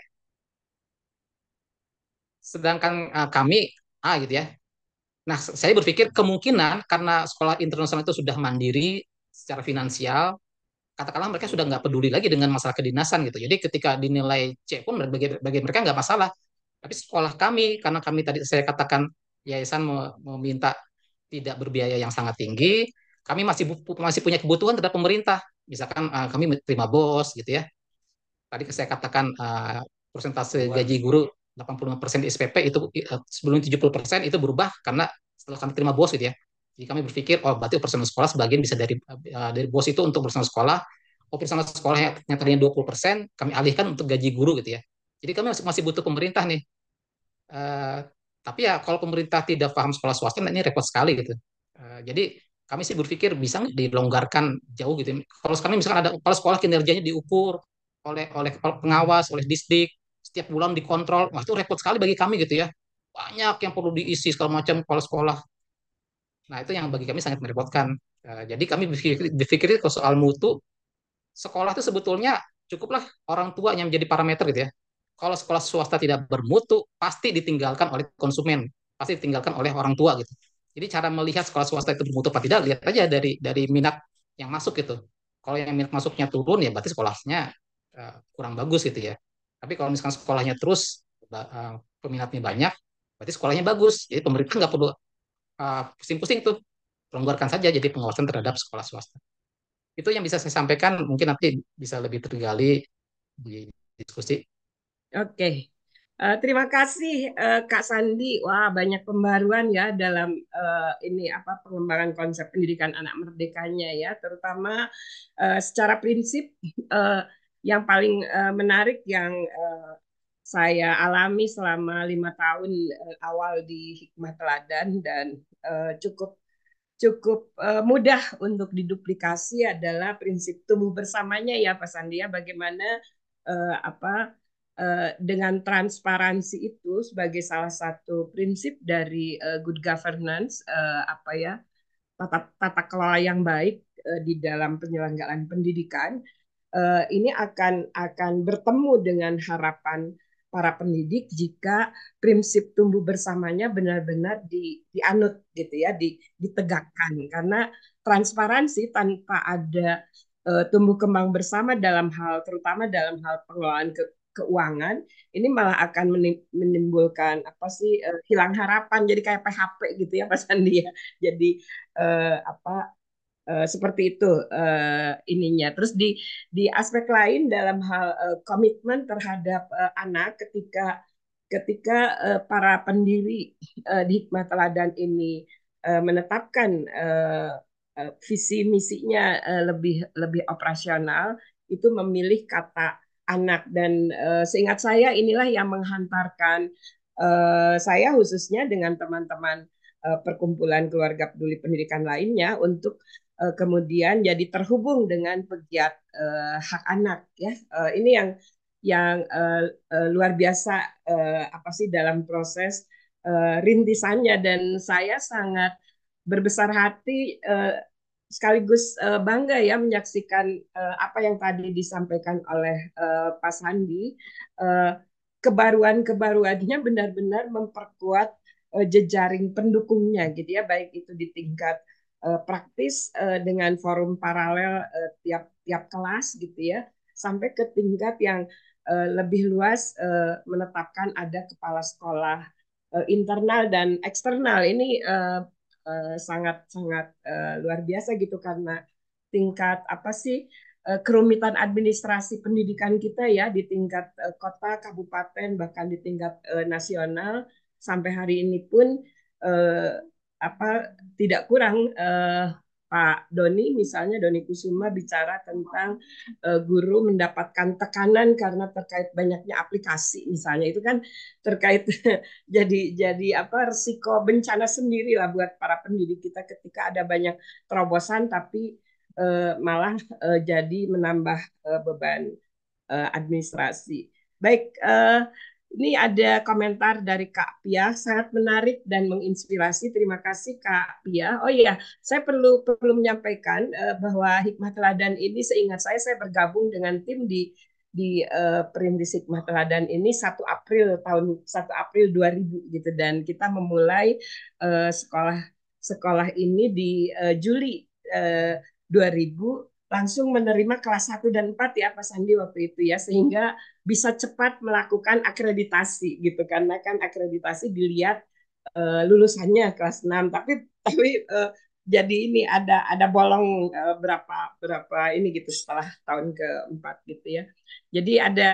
sedangkan eh, kami A gitu ya. Nah, saya berpikir kemungkinan karena sekolah internasional itu sudah mandiri secara finansial, katakanlah mereka sudah nggak peduli lagi dengan masalah kedinasan gitu. Jadi ketika dinilai C pun bagi, bagi mereka nggak masalah. Tapi sekolah kami, karena kami tadi saya katakan yayasan meminta tidak berbiaya yang sangat tinggi, kami masih masih punya kebutuhan terhadap pemerintah. Misalkan uh, kami terima bos gitu ya. Tadi saya katakan uh, persentase gaji guru delapan puluh lima persen di S P P itu uh, sebelum tujuh puluh persen itu berubah karena setelah kami terima bos gitu ya. Jadi kami berpikir, oh berarti operasional sekolah sebagian bisa dari uh, dari bos itu untuk operasional sekolah. Operasional sekolah yang tadinya dua puluh persen kami alihkan untuk gaji guru gitu ya. Jadi kami masih, masih butuh pemerintah nih. Uh, tapi ya kalau pemerintah tidak paham sekolah swasta, nah ini repot sekali gitu. Uh, jadi kami sih berpikir bisa nggak dilonggarkan jauh gitu. Kalau sekarang misalkan ada kepala sekolah kinerjanya diukur oleh oleh kepala pengawas, oleh distrik, setiap bulan dikontrol, wah itu repot sekali bagi kami gitu ya. Banyak yang perlu diisi segala macam kepala sekolah. Nah itu yang bagi kami sangat merepotkan. Uh, jadi kami berpikir, berpikir kalau soal mutu, sekolah itu sebetulnya cukuplah orang tua yang menjadi parameter gitu ya. Kalau sekolah swasta tidak bermutu, pasti ditinggalkan oleh konsumen, pasti ditinggalkan oleh orang tua gitu. Jadi cara melihat sekolah swasta itu bermutu apa tidak, lihat aja dari dari minat yang masuk gitu. Kalau yang minat masuknya turun ya berarti sekolahnya uh, kurang bagus gitu ya. Tapi kalau misalkan sekolahnya terus uh, peminatnya banyak, berarti sekolahnya bagus. Jadi pemerintah nggak perlu uh, pusing-pusing tuh, longgarkan saja jadi pengawasan terhadap sekolah swasta. Itu yang bisa saya sampaikan, mungkin nanti bisa lebih tergali di diskusi. Oke. Eh, terima kasih eh, Kak Sandi. Wah, banyak pembaruan ya dalam eh, ini apa pengembangan konsep pendidikan anak merdekanya ya, terutama eh, secara prinsip eh, yang paling eh, menarik yang eh, saya alami selama lima tahun eh, awal di Hikmah Teladan dan eh, cukup cukup uh, mudah untuk diduplikasi adalah prinsip tumbuh bersamanya ya Pak Sandi ya, bagaimana uh, apa uh, dengan transparansi itu sebagai salah satu prinsip dari uh, good governance, uh, apa ya tata, tata kelola yang baik uh, di dalam penyelenggaraan pendidikan, uh, ini akan akan bertemu dengan harapan para pendidik jika prinsip tumbuh bersamanya benar-benar di, dianut gitu ya, di, ditegakkan karena transparansi tanpa ada uh, tumbuh kembang bersama dalam hal terutama dalam hal pengelolaan ke, keuangan ini malah akan menimbulkan apa sih uh, hilang harapan jadi kayak P H P gitu ya Pak Sandi ya jadi uh, apa uh, seperti itu uh, ininya. Terus di di aspek lain dalam hal uh, komitmen terhadap uh, anak ketika ketika uh, para pendiri uh, di Hikmah Teladan ini uh, menetapkan uh, uh, visi misinya uh, lebih lebih operasional itu memilih kata anak dan uh, seingat saya inilah yang menghantarkan uh, saya khususnya dengan teman-teman uh, perkumpulan keluarga peduli pendidikan lainnya untuk uh, kemudian jadi terhubung dengan pegiat uh, hak anak ya. Uh, ini yang yang uh, uh, luar biasa uh, apa sih dalam proses uh, rintisannya dan saya sangat berbesar hati uh, sekaligus uh, bangga ya menyaksikan uh, apa yang tadi disampaikan oleh uh, Pak Sandi. Uh, kebaruan-kebaruannya benar-benar memperkuat uh, jejaring pendukungnya gitu ya, baik itu di tingkat uh, praktis uh, dengan forum paralel uh, tiap tiap kelas gitu ya, sampai ke tingkat yang uh, lebih luas uh, menetapkan ada kepala sekolah uh, internal dan eksternal. Ini uh, uh, sangat sangat uh, luar biasa gitu karena tingkat apa sih uh, kerumitan administrasi pendidikan kita ya di tingkat uh, kota, kabupaten bahkan di tingkat uh, nasional sampai hari ini pun uh, apa tidak kurang uh, Pak Doni misalnya Doni Kusuma bicara tentang uh, guru mendapatkan tekanan karena terkait banyaknya aplikasi misalnya itu kan terkait jadi jadi apa resiko bencana sendiri lah buat para pendidik kita ketika ada banyak terobosan tapi uh, malah uh, jadi menambah uh, beban uh, administrasi. Baik, uh, ini ada komentar dari Kak Pia, sangat menarik dan menginspirasi. Terima kasih Kak Pia. Oh iya, saya perlu perlu menyampaikan uh, bahwa Hikmah Teladan ini seingat saya saya bergabung dengan tim di di uh, Perintis Hikmah Teladan ini satu April tahun satu April dua ribu gitu dan kita memulai uh, sekolah sekolah ini di uh, Juli uh, dua ribu langsung menerima kelas satu dan empat ya Pak Sandi waktu itu ya sehingga bisa cepat melakukan akreditasi gitu karena kan akreditasi dilihat uh, lulusannya kelas enam tapi tapi uh, jadi ini ada ada bolong uh, berapa berapa ini gitu setelah tahun keempat gitu ya. Jadi ada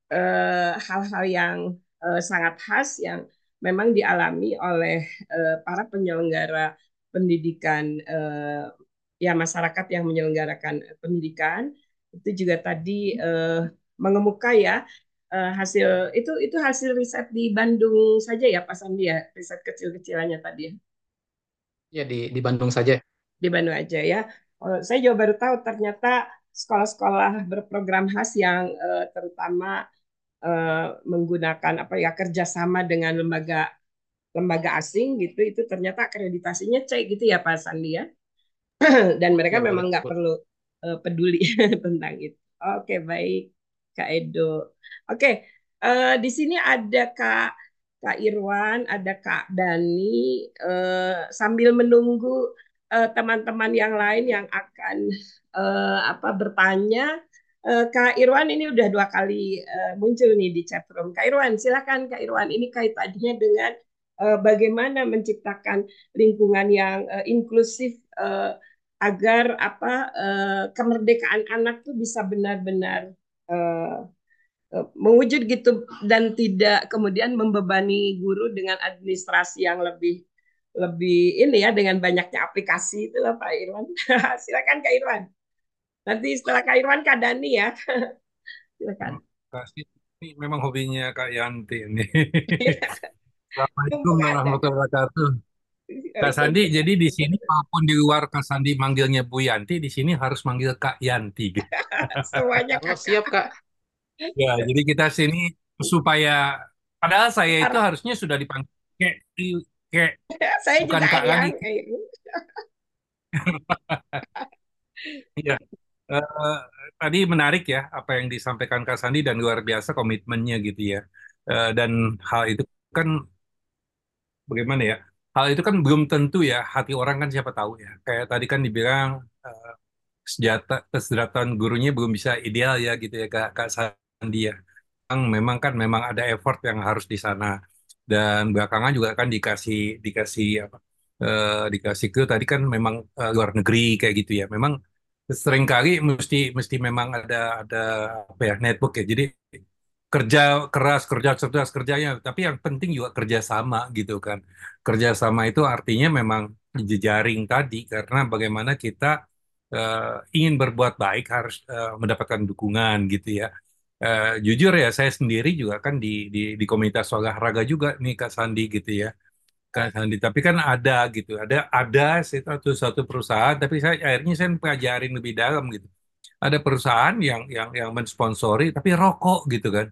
uh, hal-hal yang uh, sangat khas yang memang dialami oleh uh, para penyelenggara pendidikan uh, ya masyarakat yang menyelenggarakan pendidikan itu juga tadi uh, mengemuka ya uh, hasil itu itu hasil riset di Bandung saja ya Pak Sandi ya riset kecil-kecilannya tadi ya Ya di di Bandung saja. di Bandung aja ya. Oh, saya juga baru tahu ternyata sekolah-sekolah berprogram khas yang uh, terutama uh, menggunakan apa ya kerjasama dengan lembaga lembaga asing gitu itu ternyata akreditasinya C gitu ya Pak Sandi ya. Dan mereka Ya boleh. memang nggak Boleh. perlu uh, peduli tentang itu. Oke, baik, Kak Edo. Oke, uh, di sini ada Kak Kak Irwan, ada Kak Dani. Uh, sambil menunggu eh, teman-teman yang lain yang akan eh, apa bertanya. Eh, Kak Irwan ini udah dua kali eh, muncul nih di chat room. Kak Irwan, silakan Kak Irwan. Ini kaitannya dengan eh, bagaimana menciptakan lingkungan yang eh, inklusif eh, agar apa eh, kemerdekaan anak tuh bisa benar-benar eh, eh, mewujud gitu dan tidak kemudian membebani guru dengan administrasi yang lebih lebih ini ya dengan banyaknya aplikasi itu lah Pak Irwan. Silakan Kak Irwan. Nanti setelah Kak Irwan Kak Dani ya. Terima Silakan. kasih. Ini memang hobinya Kak Yanti ini. Assalamualaikum Mumpung ada warahmatullahi Kak. wabarakatuh. Kak Sandi, Waalaikumsalam. jadi di sini walaupun di luar Kak Sandi manggilnya Bu Yanti, di sini harus manggil Kak Yanti. Semuanya Oh, kakak. siap, Kak. Ya, jadi kita sini supaya, padahal saya itu Ar- harusnya sudah dipanggil kayak, kayak Saya bukan juga Kak lagi. Ayang. Iya. Eh, Tadi menarik ya apa yang disampaikan Kak Sandi dan luar biasa komitmennya gitu ya. Eh, dan hal itu kan bagaimana ya? Hal itu kan belum tentu ya, hati orang kan siapa tahu ya. Kayak tadi kan dibilang eh, sejata kesejahteraan gurunya belum bisa ideal ya gitu ya Kak, Kak Sandi ya. Memang memang kan memang ada effort yang harus di sana. Dan belakangan juga kan dikasih dikasih apa? eh, dikasih ke tadi kan memang eh, luar negeri kayak gitu ya. Memang seringkali mesti mesti memang ada ada apa ya network ya. Jadi kerja keras, kerja cerdas kerjanya, tapi yang penting juga kerja sama gitu kan. Kerja sama itu artinya memang jejaring tadi karena bagaimana kita eh, ingin berbuat baik harus eh, mendapatkan dukungan gitu ya. Eh, jujur ya saya sendiri juga kan di di di komunitas olahraga juga nih Kak Sandi gitu ya. Kak Sandi, tapi kan ada gitu, ada ada satu satu perusahaan, tapi saya akhirnya saya pelajarin lebih dalam gitu. Ada perusahaan yang yang yang mensponsori tapi rokok gitu kan.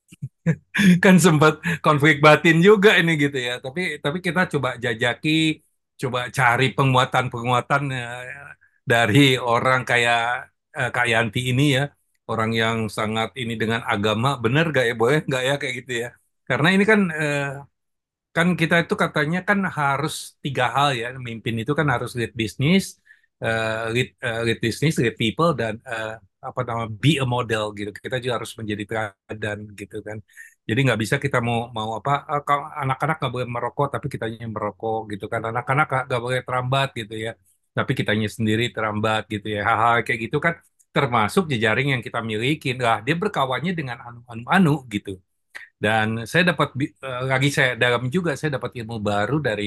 Kan sempat konflik batin juga ini gitu ya. Tapi tapi kita coba jajaki, coba cari penguatan-penguatan eh, dari orang kayak eh, Kak Yanti ini ya, orang yang sangat ini dengan agama, bener gak ya, boleh nggak ya kayak gitu ya? Karena ini kan eh, kan kita itu katanya kan harus tiga hal ya, mimpin itu kan harus lead bisnis, eh, lead, eh, lead business, lead people, dan eh, apa nama be a model gitu. Kita juga harus menjadi teladan gitu kan. Jadi nggak bisa kita mau mau apa eh, kalau anak-anak nggak boleh merokok tapi kitanya merokok gitu kan. Anak-anak nggak nggak boleh terambat gitu ya. Tapi kitanya sendiri terambat gitu ya. Hal-hal kayak gitu kan termasuk jejaring yang kita miliki. Lah dia berkawannya dengan anu-anu gitu. Dan saya dapat bi- eh, lagi saya dalam juga saya dapat ilmu baru dari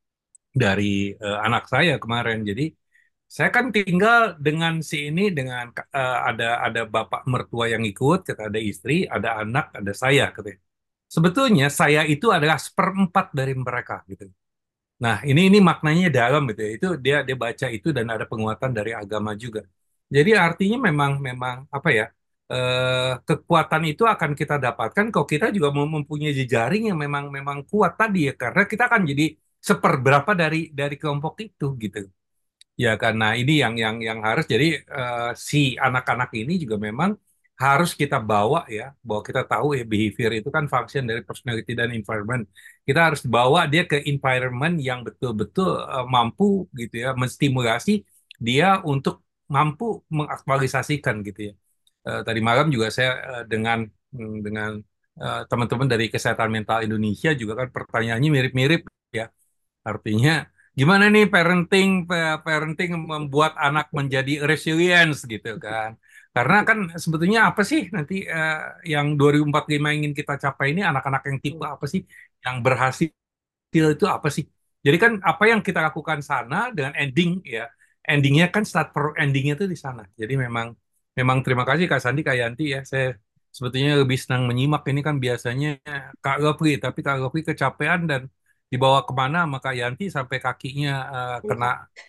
dari eh, anak saya kemarin. Jadi saya kan tinggal dengan si ini dengan eh, ada ada bapak mertua yang ikut, kata ada istri, ada anak, ada saya katanya. Sebetulnya saya itu adalah seperempat dari mereka gitu. Nah, ini ini maknanya dalam gitu ya. Itu dia dia baca itu dan ada penguatan dari agama juga. Jadi artinya memang memang apa ya? eh, Kekuatan itu akan kita dapatkan kalau kita juga mem- mempunyai jejaring yang memang memang kuat tadi ya karena kita akan jadi seperberapa dari dari kelompok itu gitu. Ya, karena ini yang yang yang harus jadi eh, si anak-anak ini juga memang harus kita bawa ya, bahwa kita tahu ya behavior itu kan function dari personality dan environment. Kita harus bawa dia ke environment yang betul-betul eh, mampu gitu ya, menstimulasi dia untuk mampu mengaktualisasikan gitu ya. Eh, tadi malam juga saya eh, dengan hmm, dengan eh, teman-teman dari Kesehatan Mental Indonesia juga kan pertanyaannya mirip-mirip ya. Artinya gimana nih parenting pa- parenting membuat anak menjadi resilience gitu kan. Karena kan sebetulnya apa sih nanti eh, yang dua ribu empat puluh lima ingin kita capai ini anak-anak yang tipe apa sih yang berhasil itu apa sih? Jadi kan apa yang kita lakukan sana dengan ending ya endingnya kan start per endingnya itu di sana. Jadi memang memang terima kasih Kak Sandi Kak Yanti ya. Saya sebetulnya lebih senang menyimak ini kan biasanya Kak Gopri tapi Kak Gopri kecapean dan dibawa kemana sama Kak Yanti sampai kakinya eh, kena.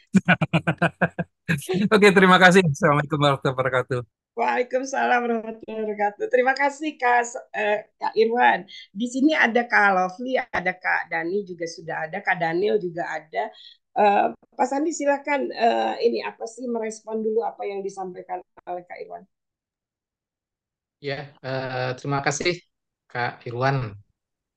Oke, terima kasih. Assalamualaikum warahmatullahi wabarakatuh. Waalaikumsalam warahmatullahi wabarakatuh. Terima kasih Kak, eh, Kak Irwan. Di sini ada Kak Lovely, ada Kak Dani juga sudah ada, Kak Daniel juga ada. Eh, Pak Sandi silakan eh, ini apa sih merespon dulu apa yang disampaikan oleh Kak Irwan. Ya, eh, terima kasih, Kak Irwan.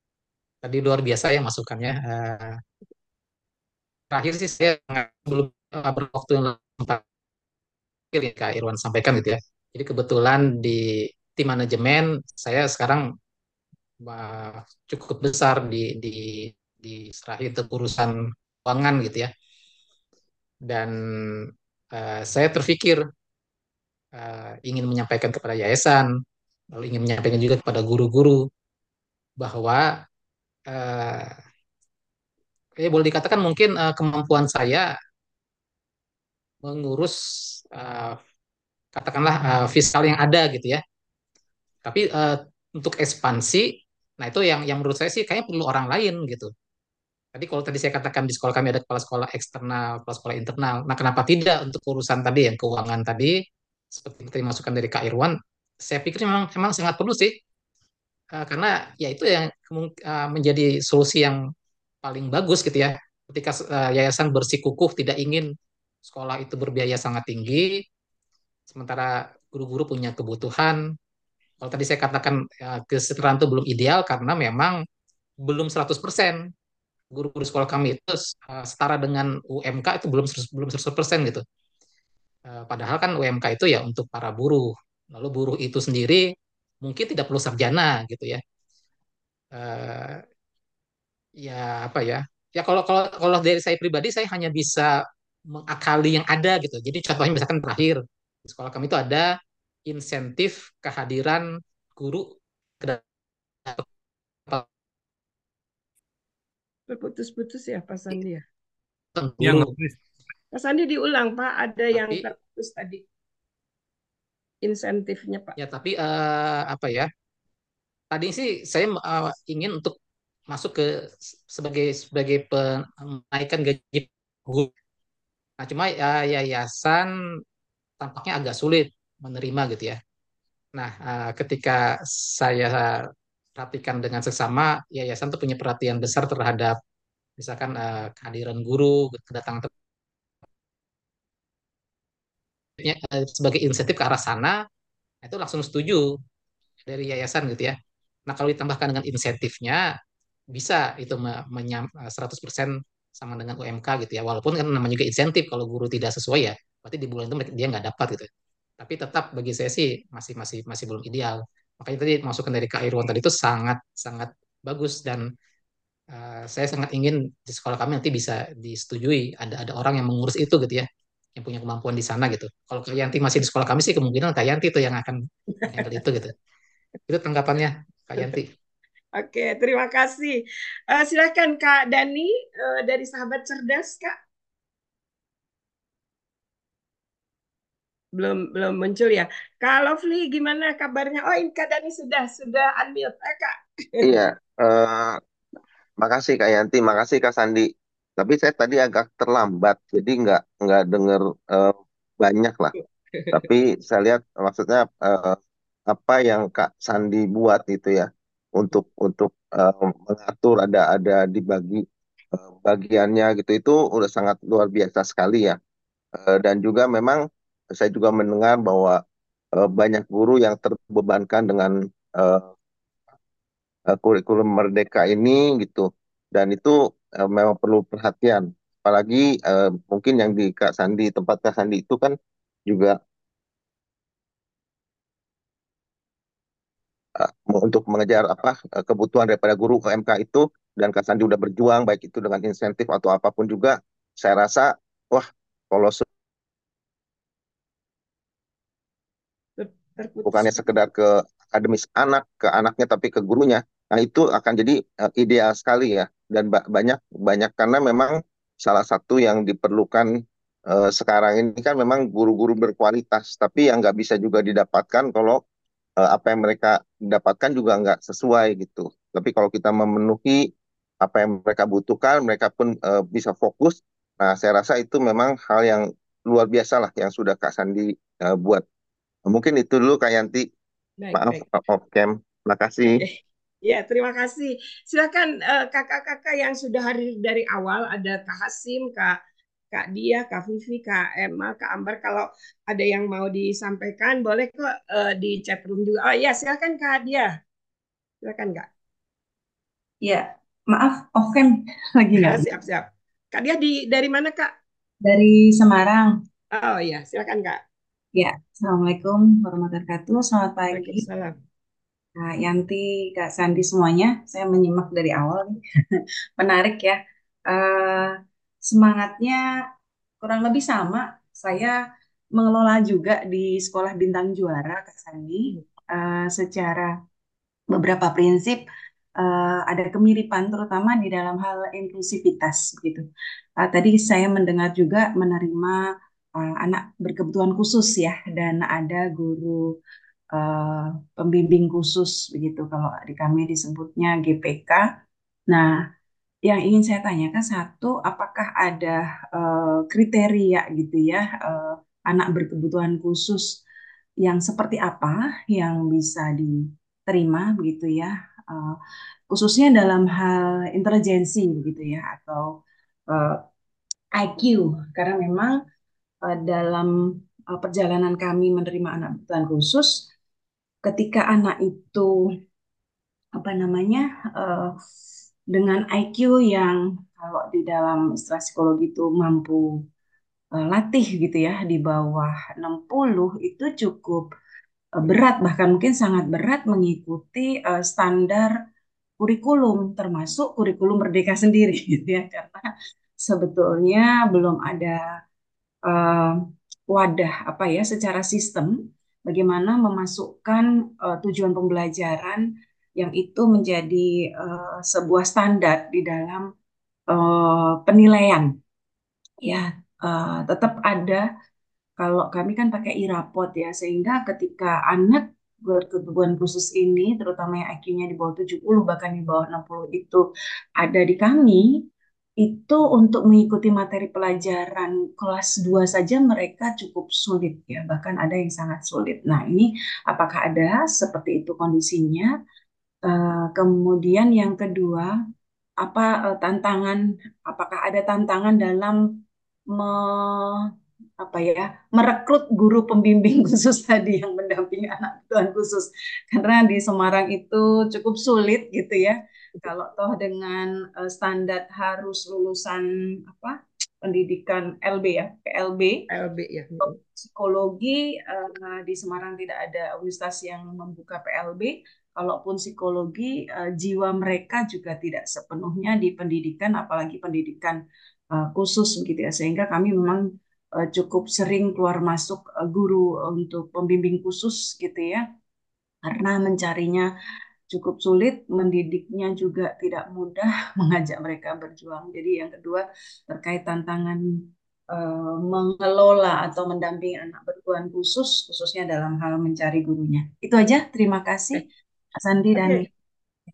Tadi luar biasa ya masukannya. Eh, terakhir sih saya belum uh, waktu yang sempat ya, Kak Irwan sampaikan gitu ya. Jadi kebetulan di tim manajemen saya sekarang uh, cukup besar di di diserahi untuk urusan keuangan gitu ya. Dan uh, saya terpikir uh, ingin menyampaikan kepada yayasan, lalu ingin menyampaikan juga kepada guru-guru bahwa uh, ya boleh dikatakan mungkin uh, kemampuan saya mengurus uh, katakanlah uh, fiskal yang ada gitu ya. Tapi uh, untuk ekspansi, nah itu yang yang menurut saya sih kayaknya perlu orang lain gitu. Tadi kalau tadi saya katakan di sekolah kami ada kepala sekolah eksternal, kepala sekolah internal. Nah, kenapa tidak untuk urusan tadi yang keuangan tadi, seperti yang tadi masukan dari Kak Irwan, saya pikir memang memang sangat perlu sih. Uh, karena ya itu yang kemung- uh, menjadi solusi yang paling bagus gitu ya. Ketika uh, yayasan bersikukuh tidak ingin sekolah itu berbiaya sangat tinggi, sementara guru-guru punya kebutuhan. Kalau tadi saya katakan ya, kesejahteraan itu belum ideal karena memang belum seratus persen guru-guru sekolah kami itu uh, setara dengan U M K itu belum seratus belum seratus persen gitu. Uh, padahal kan U M K itu ya untuk para buruh. Lalu buruh itu sendiri mungkin tidak perlu sarjana gitu ya. Uh, ya apa ya? Ya kalau kalau kalau dari saya pribadi saya hanya bisa mengakali yang ada gitu. Jadi contohnya misalkan terakhir di sekolah kami itu ada insentif kehadiran guru ke Berputus-putus ya Pak Sandi ya. Ya, guru. ngerti. Pak Sandi diulang Pak, ada yang Tapi terputus tadi insentifnya Pak. ya tapi eh, apa ya? Tadi sih saya eh, ingin untuk masuk ke sebagai sebagai penaikan gaji guru. Nah, cuma ya, yayasan tampaknya agak sulit menerima gitu ya. Nah, eh, ketika saya perhatikan dengan seksama, yayasan tuh punya perhatian besar terhadap misalkan eh, kehadiran guru, kedatangan eh, sebagai insentif ke arah sana, nah, itu langsung setuju dari yayasan gitu ya. Nah, kalau ditambahkan dengan insentifnya, bisa itu me- menyam, eh, seratus persen sama dengan U M K gitu ya. Walaupun kan namanya juga insentif, kalau guru tidak sesuai ya, berarti di bulan itu mereka- dia nggak dapat gitu. Tapi tetap bagi saya sih masih masih masih belum ideal. Makanya tadi masukan dari Kak Irwan tadi itu sangat sangat bagus dan eh, saya sangat ingin di sekolah kami nanti bisa disetujui ada ada orang yang mengurus itu gitu ya, yang punya kemampuan di sana gitu. Kalau Kak Yanti masih di sekolah kami sih kemungkinan Kak Yanti itu yang akan handle itu gitu. Itu tanggapannya Kak Yanti. Oke, terima kasih. Eh, silakan Kak Dani eh, dari Sahabat Cerdas Kak. Belum belum muncul ya. Kak Lovely gimana kabarnya? Oh, ini Kak Dani sudah sudah unmute. Eh, Kak. Iya, eh, makasih Kak Yanti, makasih Kak Sandi. Tapi saya tadi agak terlambat, jadi nggak nggak dengar eh, banyak lah. Tapi saya lihat maksudnya eh, apa yang Kak Sandi buat itu ya untuk untuk eh, mengatur ada ada dibagi eh, bagiannya gitu itu udah sangat luar biasa sekali ya. Eh, dan juga memang saya juga mendengar bahwa eh, banyak guru yang terbebankan dengan eh, eh, kurikulum Merdeka ini gitu. Dan itu eh, memang perlu perhatian. Apalagi eh, mungkin yang di Kak Sandi, tempat Kak Sandi itu kan juga eh, untuk mengejar apa eh, kebutuhan daripada guru U M K itu dan Kak Sandi udah berjuang baik itu dengan insentif atau apapun juga saya rasa wah kalau Ter- Terputus. bukannya sekedar ke akademis anak, ke anaknya tapi ke gurunya. Nah, itu akan jadi uh, ideal sekali ya. Dan ba- banyak banyak karena memang salah satu yang diperlukan uh, sekarang ini kan memang guru-guru berkualitas, tapi yang nggak bisa juga didapatkan kalau uh, apa yang mereka dapatkan juga nggak sesuai gitu. Tapi kalau kita memenuhi apa yang mereka butuhkan, mereka pun uh, bisa fokus. Nah, saya rasa itu memang hal yang luar biasa lah yang sudah Kak Sandi uh, buat. Mungkin itu dulu Kak Yanti. Baik, Maaf, baik. off cam. Makasih. Oke. Ya, terima kasih. Silakan eh, kakak-kakak yang sudah hadir dari awal, ada Kak Hasim, Kak Kak Dia, Kak Vivi, Kak Emma, Kak Ambar. Kalau ada yang mau disampaikan, boleh kok eh, di chat room juga. Oh iya, silakan Kak Dia. Silakan Kak. Ya, maaf, off cam lagi nggak? Siap-siap. Kak Dia di dari mana Kak? Dari Semarang. Oh iya, silakan Kak. Ya, Assalamualaikum warahmatullahi wabarakatuh. Selamat pagi, Waalaikumsalam. Kak Yanti, Kak Sandi semuanya. Saya menyimak dari awal nih. Menarik ya. Eh, Semangatnya kurang lebih sama. Saya mengelola juga di Sekolah Bintang Juara, Kak Sandi. Hmm. Eh, secara beberapa prinsip eh, ada kemiripan, terutama di dalam hal inklusivitas, gitu. Eh, tadi saya mendengar juga menerima eh, anak berkebutuhan khusus ya, dan ada guru eh, pembimbing khusus begitu kalau di kami disebutnya G P K. Nah, yang ingin saya tanyakan satu, apakah ada eh, kriteria gitu ya eh, anak berkebutuhan khusus yang seperti apa yang bisa diterima begitu ya, eh, khususnya dalam hal intelijensi begitu ya atau eh, I Q, karena memang eh, dalam eh, perjalanan kami menerima anak berkebutuhan khusus, ketika anak itu apa namanya eh, dengan I Q yang kalau di dalam istilah psikologi itu mampu eh, latih gitu ya di bawah enam puluh itu cukup eh, berat, bahkan mungkin sangat berat mengikuti eh, standar kurikulum termasuk kurikulum Merdeka sendiri gitu ya, karena sebetulnya belum ada eh, wadah apa ya secara sistem bagaimana memasukkan eh, tujuan pembelajaran yang itu menjadi eh, sebuah standar di dalam eh, penilaian ya. Eh, tetap ada, kalau kami kan pakai e-rapot ya, sehingga ketika anak berkebutuhan khusus ini, terutama yang I Q-nya di bawah tujuh puluh, bahkan di bawah enam puluh itu ada di kami, itu untuk mengikuti materi pelajaran kelas dua saja mereka cukup sulit ya, bahkan ada yang sangat sulit. Nah, ini apakah ada seperti itu kondisinya? Eh, kemudian yang kedua, apa eh, tantangan, apakah ada tantangan dalam me, apa ya merekrut guru pembimbing khusus tadi yang mendampingi anak kebutuhan khusus, karena di Semarang itu cukup sulit gitu ya, kalau toh dengan eh, standar harus lulusan apa pendidikan L B ya P L B. L B ya. Psikologi eh, di Semarang tidak ada universitas yang membuka P L B. Kalaupun psikologi, eh, jiwa mereka juga tidak sepenuhnya di pendidikan, apalagi pendidikan eh, khusus begitu ya. Sehingga kami memang eh, cukup sering keluar masuk eh, guru untuk pembimbing khusus gitu ya, karena mencarinya cukup sulit, mendidiknya juga tidak mudah, mengajak mereka berjuang. Jadi yang kedua terkait tantangan eh, mengelola atau mendampingi anak berkebutuhan khusus, khususnya dalam hal mencari gurunya. Itu aja, terima kasih Oke, Kak Sandi dan oke, Wi.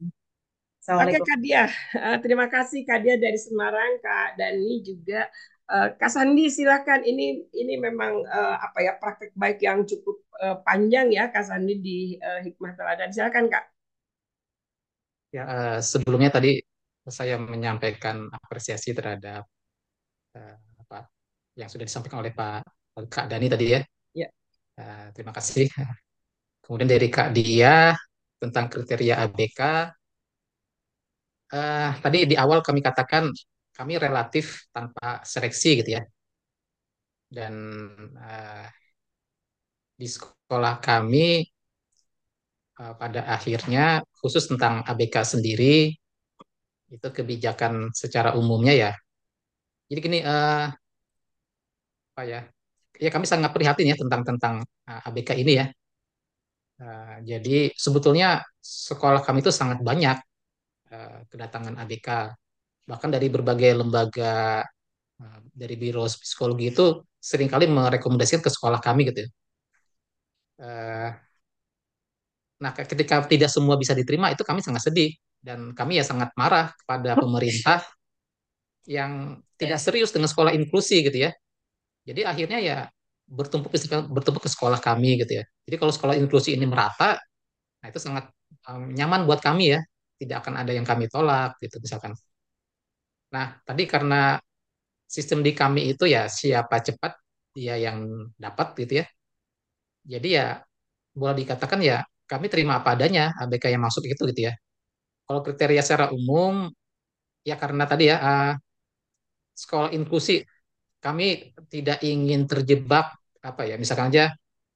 oke Assalamualaikum. Kak Dia. Eh, terima kasih Kak Dia dari Semarang, Kak Dani juga. Eh, Kak Sandi silakan. Ini ini memang eh, apa ya praktek baik yang cukup eh, panjang ya Kak Sandi di eh, Hikmah Teladan. Silakan Kak. Ya, eh, sebelumnya tadi saya menyampaikan apresiasi terhadap eh, apa yang sudah disampaikan oleh Pak Kak Dani tadi ya. Ya. Eh, terima kasih. Kemudian dari Kak Dia tentang kriteria A B K, eh, tadi di awal kami katakan kami relatif tanpa seleksi gitu ya. Dan eh, di sekolah kami eh, pada akhirnya khusus tentang A B K sendiri itu kebijakan secara umumnya ya. Jadi gini, eh, apa ya? Ya kami sangat prihatin ya tentang tentang eh, A B K ini ya. Eh, jadi sebetulnya sekolah kami itu sangat banyak eh, kedatangan A B K. Bahkan dari berbagai lembaga eh, dari Biro Psikologi itu seringkali merekomendasikan ke sekolah kami gitu ya. Eh, Nah, ketika tidak semua bisa diterima, itu kami sangat sedih. Dan kami ya sangat marah kepada pemerintah yang tidak serius dengan sekolah inklusi gitu ya. Jadi akhirnya ya bertumpuk ke, bertumpuk ke sekolah kami gitu ya. Jadi kalau sekolah inklusi ini merata, nah itu sangat um, nyaman buat kami ya. Tidak akan ada yang kami tolak gitu misalkan. Nah, tadi karena sistem di kami itu ya siapa cepat dia yang dapat gitu ya. Jadi ya boleh dikatakan ya kami terima apa adanya A B K yang masuk itu gitu ya. Kalau kriteria secara umum ya karena tadi ya uh, sekolah inklusi kami tidak ingin terjebak apa ya, misalkan aja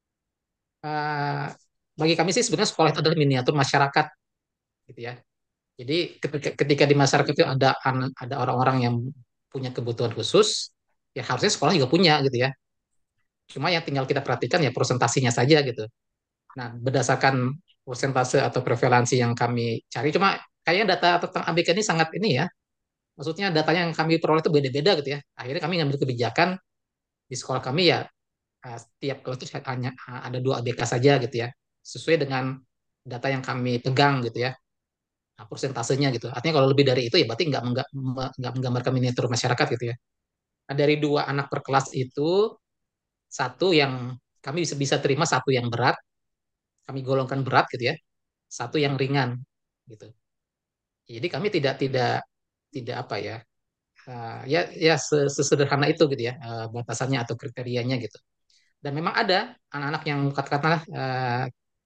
eh, bagi kami sih sebenarnya sekolah itu adalah miniatur masyarakat gitu ya. Jadi ketika, ketika di masyarakat itu ada an- ada orang-orang yang punya kebutuhan khusus, ya harusnya sekolah juga punya gitu ya. Cuma yang tinggal kita perhatikan ya presentasinya saja gitu. Nah, berdasarkan persentase atau prevalensi yang kami cari, cuma kayaknya data tentang A B K ini sangat ini ya, maksudnya datanya yang kami peroleh itu beda-beda gitu ya. Akhirnya kami ngambil kebijakan di sekolah kami ya eh, setiap kelas itu hanya eh, ada dua A B K saja gitu ya, sesuai dengan data yang kami pegang gitu ya. Nah, persentasenya gitu. Artinya kalau lebih dari itu ya berarti nggak mengga- me- nggak menggambarkan miniatur masyarakat gitu ya. Nah, dari dua anak per kelas itu satu yang kami bisa bisa terima, satu yang berat, kami golongkan berat gitu ya, satu yang ringan gitu. Jadi kami tidak tidak tidak apa ya, uh, ya ya sesederhana itu gitu ya, uh, batasannya atau kriterianya gitu. Dan memang ada anak-anak yang katakanlah uh,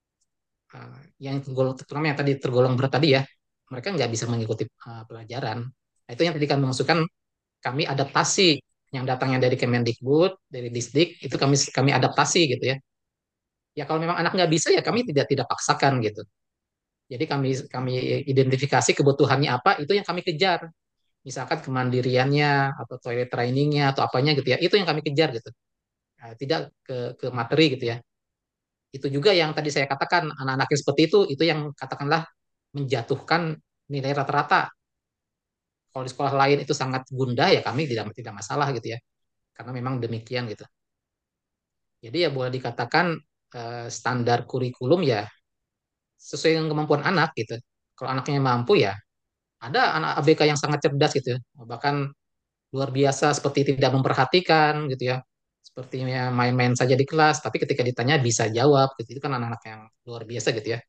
uh, yang tergolong terutama yang tadi tergolong berat tadi ya, mereka nggak bisa mengikuti uh, pelajaran. Nah, itu yang tadi kami maksudkan, kami adaptasi yang datangnya dari Kemendikbud, dari Disdik, itu kami kami adaptasi gitu ya. Ya kalau memang anak nggak bisa ya kami tidak tidak paksakan gitu. Jadi kami kami identifikasi kebutuhannya apa, itu yang kami kejar. Misalkan kemandiriannya atau toilet trainingnya atau apanya gitu ya, itu yang kami kejar gitu. Nah, tidak ke ke materi gitu ya. Itu juga yang tadi saya katakan, anak-anak yang seperti itu itu yang katakanlah menjatuhkan nilai rata-rata. Kalau di sekolah lain itu sangat gundah ya kami tidak tidak masalah gitu ya, karena memang demikian gitu. Jadi ya boleh dikatakan eh, standar kurikulum ya sesuai dengan kemampuan anak gitu. Kalau anaknya mampu ya ada anak A B K yang sangat cerdas gitu, bahkan luar biasa seperti tidak memperhatikan gitu ya, sepertinya main-main saja di kelas, tapi ketika ditanya bisa jawab gitu. Itu kan anak-anak yang luar biasa gitu ya.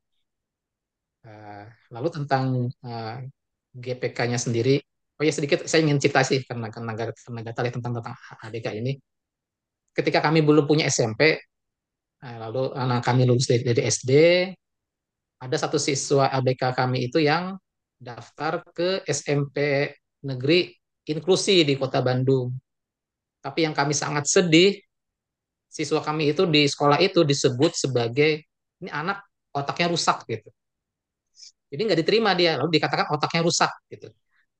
Eh, Lalu tentang eh, G P K-nya sendiri, oh ya sedikit saya ingin cerita sih karena karena nggak karena nggak tahu ya tentang tentang A B K ini. Ketika kami belum punya S M P, eh, lalu anak kami lulus dari, dari S D, ada satu siswa A B K kami itu yang daftar ke S M P negeri inklusi di Kota Bandung. Tapi yang kami sangat sedih, siswa kami itu di sekolah itu disebut sebagai ini anak otaknya rusak gitu. Jadi nggak diterima dia, lalu dikatakan otaknya rusak gitu.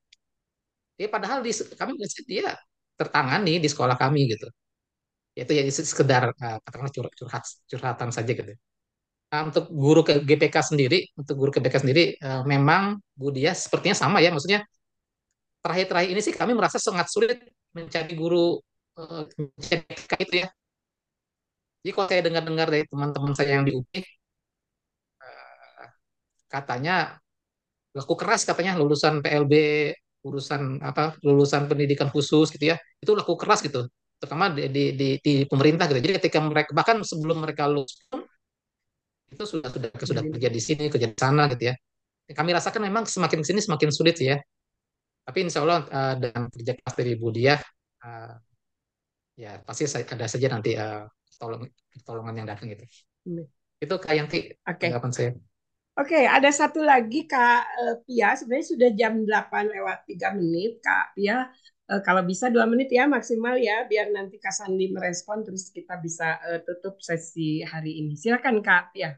Ya padahal di kami dia tertangani di sekolah kami gitu. Itu ya sekedar uh, katakanlah curhat, curhat curhatan saja gitu. Nah, untuk guru ke G P K sendiri, untuk guru ke G P K sendiri uh, memang Bu Dia sepertinya sama ya, maksudnya terakhir-terakhir ini sih kami merasa sangat sulit mencari guru uh, G P K itu ya. Jadi kalau saya dengar-dengar dari teman-teman saya yang di U P, katanya laku keras katanya lulusan P L B, lulusan apa lulusan pendidikan khusus gitu ya, itu laku keras gitu, terutama di, di, di, di pemerintah gitu. Jadi ketika mereka bahkan sebelum mereka lulus itu sudah sudah sudah kerja di sini, kerja di sana gitu ya. Kami rasakan memang semakin ke sini semakin sulit sih ya. Tapi insya Allah uh, dengan kerja keras dari Bu Diah, uh, ya pasti ada saja nanti uh, tolong pertolongan yang datang gitu. Itu Kak Yanti Oke. tanggapan saya. Oke, ada satu lagi Kak eh, Pia. Sebenarnya sudah jam delapan lewat tiga menit. Kak Pia, eh, kalau bisa dua menit ya maksimal ya, biar nanti Kak Sandi merespon, terus kita bisa eh, tutup sesi hari ini. Silakan Kak Pia.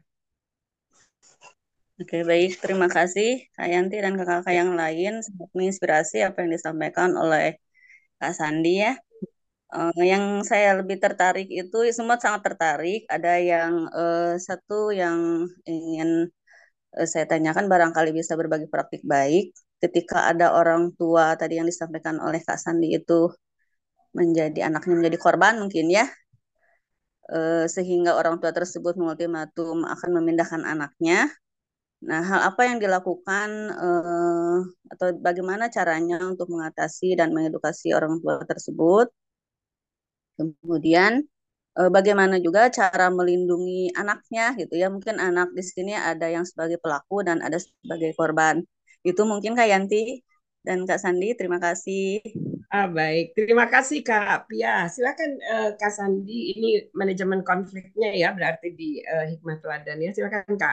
Oke, baik. Terima kasih Kak Yanti dan kakak-kakak yang lain. Sangat menginspirasi apa yang disampaikan oleh Kak Sandi ya. Eh, yang saya lebih tertarik itu, semua sangat tertarik. Ada yang eh, satu yang ingin eh, saya tanyakan, barangkali bisa berbagi praktik baik. Ketika ada orang tua tadi yang disampaikan oleh Kak Sandi itu menjadi anaknya menjadi korban mungkin ya, eh, sehingga orang tua tersebut mengultimatum akan memindahkan anaknya. Nah, hal apa yang dilakukan eh, atau bagaimana caranya untuk mengatasi dan mengedukasi orang tua tersebut? Kemudian eh, bagaimana juga cara melindungi anaknya gitu ya? Mungkin anak di sini ada yang sebagai pelaku dan ada sebagai korban. Itu mungkin Kak Yanti dan Kak Sandi. Terima kasih. Ah, baik, terima kasih Kak Pia. Silakan eh, Kak Sandi, ini manajemen konfliknya ya, berarti di eh, Hikmat Teladan ya. Silakan Kak.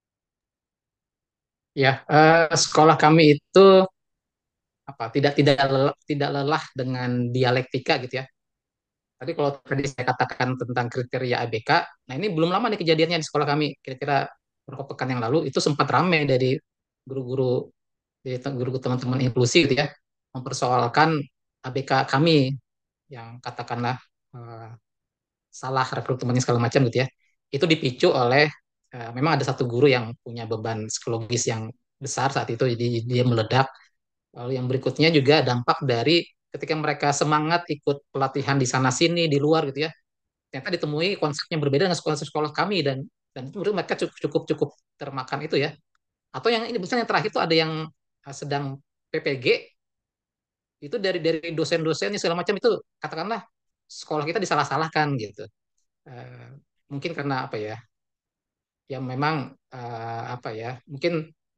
Ya, eh, sekolah kami itu apa tidak tidak lelah, tidak lelah dengan dialektika gitu ya. Tadi kalau tadi saya katakan tentang kriteria A B K, nah ini belum lama nih kejadiannya di sekolah kami. Kira-kira beberapa pekan yang lalu itu sempat ramai dari guru-guru, dari te- guru teman-teman inklusi gitu ya, mempersoalkan A B K kami yang katakanlah eh, salah rekrutmennya segala macam gitu ya. Itu dipicu oleh eh, memang ada satu guru yang punya beban psikologis yang besar saat itu, jadi dia meledak. Lalu yang berikutnya juga dampak dari ketika mereka semangat ikut pelatihan di sana sini di luar gitu ya, ternyata ditemui konsepnya berbeda dengan sekolah-sekolah kami, dan dan itu menurut mereka cukup cukup cukup termakan itu ya. Atau yang ini misalnya yang terakhir itu ada yang uh, sedang P P G, itu dari dari dosen-dosennya segala macam itu katakanlah sekolah kita disalah-salahkan gitu. Uh, Mungkin karena apa ya? Ya memang uh, apa ya? Mungkin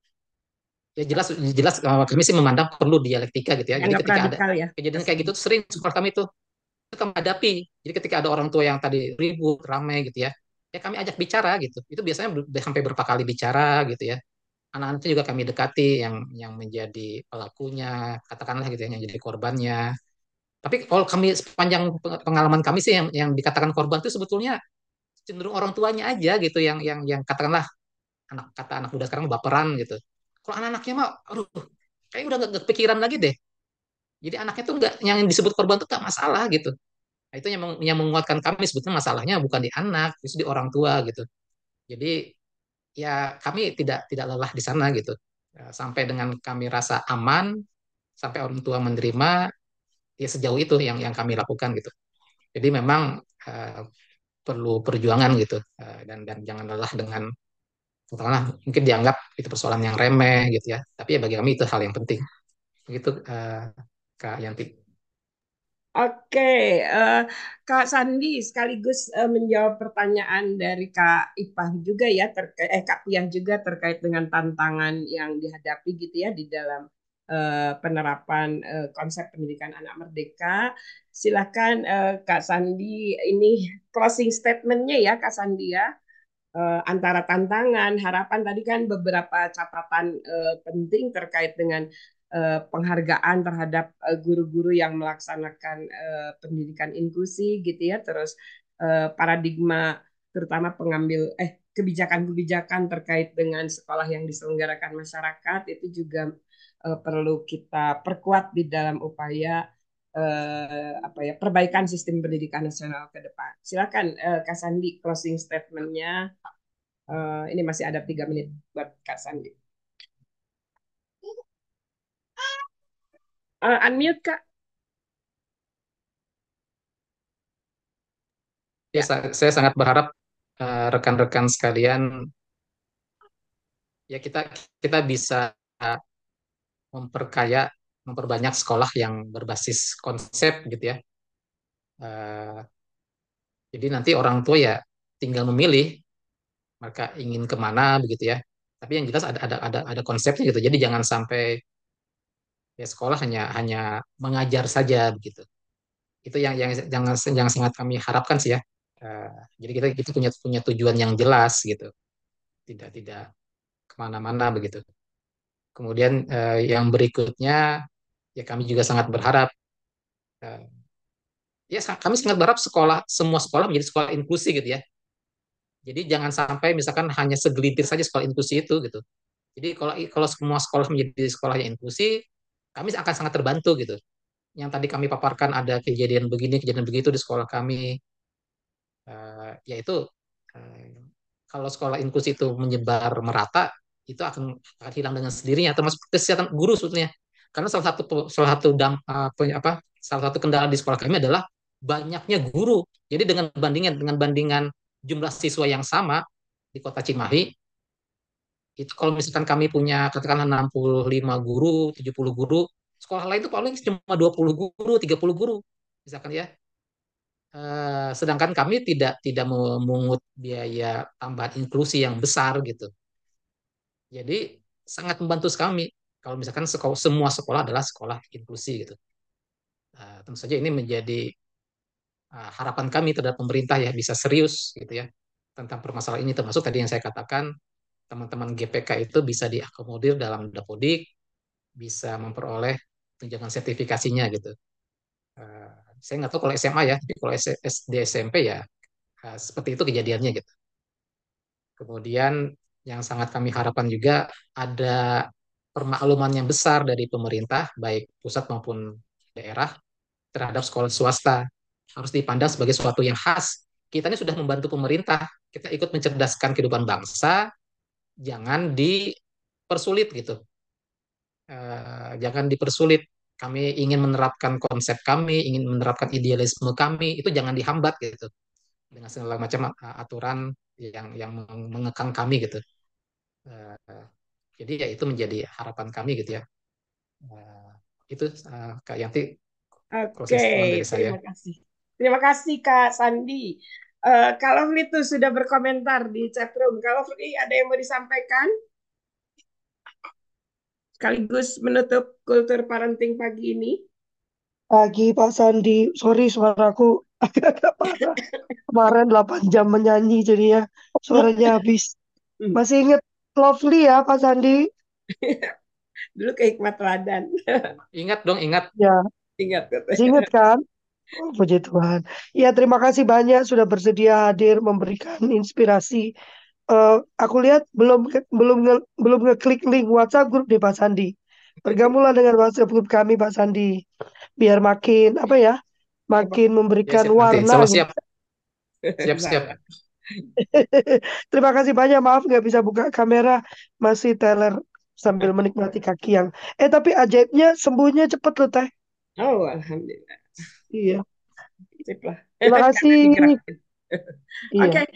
ya jelas jelas uh, kami sih memandang perlu dialektika gitu ya. Jadi Dianggap ketika ada radikal ya, kejadian kayak Kasan. gitu sering sekolah kami itu kita menghadapi. Jadi ketika ada orang tua yang tadi ribut, ramai gitu ya, ya kami ajak bicara gitu. Itu biasanya ber- sampai berapa kali bicara gitu ya. Anak-anaknya juga kami dekati yang yang menjadi pelakunya, katakanlah gitu ya, yang jadi korbannya. Tapi kalau kami sepanjang pengalaman kami sih yang yang dikatakan korban itu sebetulnya cenderung orang tuanya aja gitu yang yang yang katakanlah anak kata anak muda sekarang baperan gitu. Kalau anak-anaknya mah, aduh, kayaknya udah gak kepikiran lagi deh. Jadi anaknya tuh nggak yang disebut korban tuh nggak masalah gitu. Nah, itu yang, meng- yang menguatkan kami sebetulnya masalahnya bukan di anak, justru di orang tua gitu. Jadi ya kami tidak tidak lelah di sana gitu. Ya, sampai dengan kami rasa aman, sampai orang tua menerima, ya sejauh itu yang yang kami lakukan gitu. Jadi memang eh, perlu perjuangan gitu. Eh, dan dan jangan lelah dengan katakanlah mungkin dianggap itu persoalan yang remeh gitu ya. Tapi ya bagi kami itu hal yang penting. Begitu eh, Kak Yanti. Oke, eh, Kak Sandi sekaligus eh, menjawab pertanyaan dari Kak Ipah juga ya, terkait eh Kak Piah juga terkait dengan tantangan yang dihadapi gitu ya di dalam eh, penerapan eh, konsep pendidikan anak merdeka. Silakan eh, Kak Sandi ini closing statementnya ya Kak Sandi ya, eh, antara tantangan, harapan tadi kan beberapa catatan eh, penting terkait dengan eh, penghargaan terhadap eh, guru-guru yang melaksanakan eh, pendidikan inklusi gitu ya, terus eh, paradigma terutama pengambil eh kebijakan-kebijakan terkait dengan sekolah yang diselenggarakan masyarakat itu juga eh, perlu kita perkuat di dalam upaya eh, apa ya perbaikan sistem pendidikan nasional ke depan. Silakan eh, Kak Sandi closing statementnya. Eh, ini masih ada tiga menit buat Kak Sandi. Eh, unmute Kak. Ya, Ya. sa- saya sangat berharap eh, rekan-rekan sekalian ya kita kita bisa memperkaya, memperbanyak sekolah yang berbasis konsep gitu ya. Eh, jadi nanti orang tua ya tinggal memilih mereka ingin kemana begitu ya. Tapi yang jelas ada ada ada ada konsepnya gitu. Jadi jangan sampai ya sekolah hanya hanya mengajar saja begitu. Itu yang yang jangan yang sangat kami harapkan sih ya. Eh, jadi kita kita punya punya tujuan yang jelas gitu. Tidak tidak kemana-mana begitu. Kemudian eh, yang berikutnya ya kami juga sangat berharap eh, ya kami sangat berharap sekolah semua sekolah menjadi sekolah inklusi gitu ya. Jadi jangan sampai misalkan hanya segelintir saja sekolah inklusi itu gitu. Jadi kalau kalau semua sekolah menjadi sekolah yang inklusi, kami akan sangat terbantu gitu. Yang tadi kami paparkan ada kejadian begini, kejadian begitu di sekolah kami, eh, yaitu eh, kalau sekolah inklusi itu menyebar merata, itu akan, akan hilang dengan sendirinya, termasuk kesehatan guru sebetulnya. Karena salah satu salah satu dam, apa, apa salah satu kendala di sekolah kami adalah banyaknya guru. Jadi dengan bandingan dengan bandingan jumlah siswa yang sama di kota Cimahi, itu kalau misalkan kami punya katakanlah enam puluh lima guru, tujuh puluh guru, sekolah lain itu paling cuma dua puluh guru, tiga puluh guru, misalkan ya. Eh, sedangkan kami tidak tidak memungut biaya tambahan inklusi yang besar gitu. Jadi sangat membantu kami kalau misalkan sekolah, semua sekolah adalah sekolah inklusi gitu. Eh, tentu saja ini menjadi eh, harapan kami terhadap pemerintah ya bisa serius gitu ya tentang permasalahan ini, termasuk tadi yang saya katakan teman-teman G P K itu bisa diakomodir dalam Dapodik, bisa memperoleh tunjangan sertifikasinya gitu. Eh, Saya nggak tahu kalau S M A ya, tapi kalau S D S M P ya uh, seperti itu kejadiannya gitu. Kemudian yang sangat kami harapkan juga ada permakluman yang besar dari pemerintah, baik pusat maupun daerah, terhadap sekolah swasta. Harus dipandang sebagai sesuatu yang khas. Kita ini sudah membantu pemerintah, kita ikut mencerdaskan kehidupan bangsa, jangan dipersulit gitu. Eh, jangan dipersulit. Kami ingin menerapkan konsep kami, ingin menerapkan idealisme kami, itu jangan dihambat gitu dengan segala macam uh, aturan yang yang mengekang kami gitu. Uh, jadi ya itu menjadi harapan kami gitu ya. Uh, itu uh, Kak Yanti Oke, closing statement dari saya. terima kasih. Terima kasih Kak Sandi. Uh, kalau itu sudah berkomentar di chatroom, kalau Fli ada yang mau disampaikan? Sekaligus menutup kultur parenting pagi ini. Pagi Pak Sandi, sorry suaraku agak-agak parah. Kemarin delapan jam menyanyi jadinya suaranya habis. Masih ingat Lovely ya Pak Sandi? Dulu ke Hikmat Teladan. Ingat dong, ingat. Ya, Ingat. masih ingat kan? Oh, puji Tuhan. Ya, terima kasih banyak sudah bersedia hadir memberikan inspirasi. Eh, aku lihat belum ke- belum nge- belum ngeklik link WhatsApp grup di Pak Sandi. Bergabunglah dengan WhatsApp grup kami Pak Sandi. Biar makin apa ya? Makin Ya memberikan siap nanti, warna insya Allah gitu. siap. Siap, siap. Terima kasih banyak. Maaf nggak bisa buka kamera. Masih teler sambil menikmati kaki yang. Eh tapi ajaibnya sembuhnya cepet loh Teh. Oh, alhamdulillah. Iya. Sip lah. Terima Karena kasih. digerakin. Iya. Oke.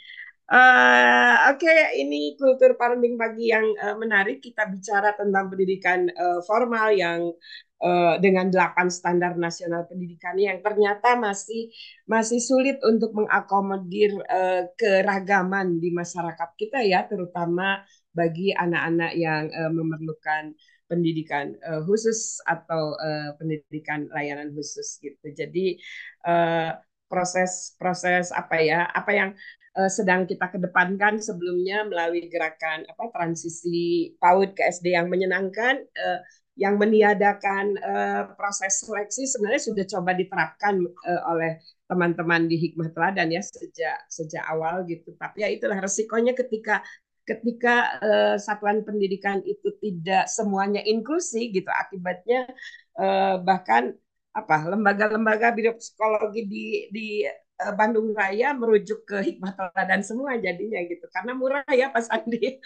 Eh, Oke, ini kultur parenting pagi yang eh, menarik. Kita bicara tentang pendidikan eh, formal yang eh, dengan delapan standar nasional pendidikan yang ternyata masih masih sulit untuk mengakomodir eh, keragaman di masyarakat kita ya, terutama bagi anak-anak yang eh, memerlukan pendidikan eh, khusus atau eh, pendidikan layanan khusus gitu. Jadi eh, proses proses apa ya, apa yang uh, sedang kita kedepankan sebelumnya melalui gerakan apa transisi PAUD ke S D yang menyenangkan, uh, yang meniadakan uh, proses seleksi sebenarnya sudah coba diterapkan uh, oleh teman-teman di Hikmah Teladan ya sejak sejak awal gitu. Tapi ya itulah resikonya ketika ketika uh, satuan pendidikan itu tidak semuanya inklusi gitu, akibatnya uh, bahkan apa lembaga-lembaga biopsikologi di di Bandung Raya merujuk ke Hikmah Teladan semua jadinya gitu karena murah ya Pak Sandi.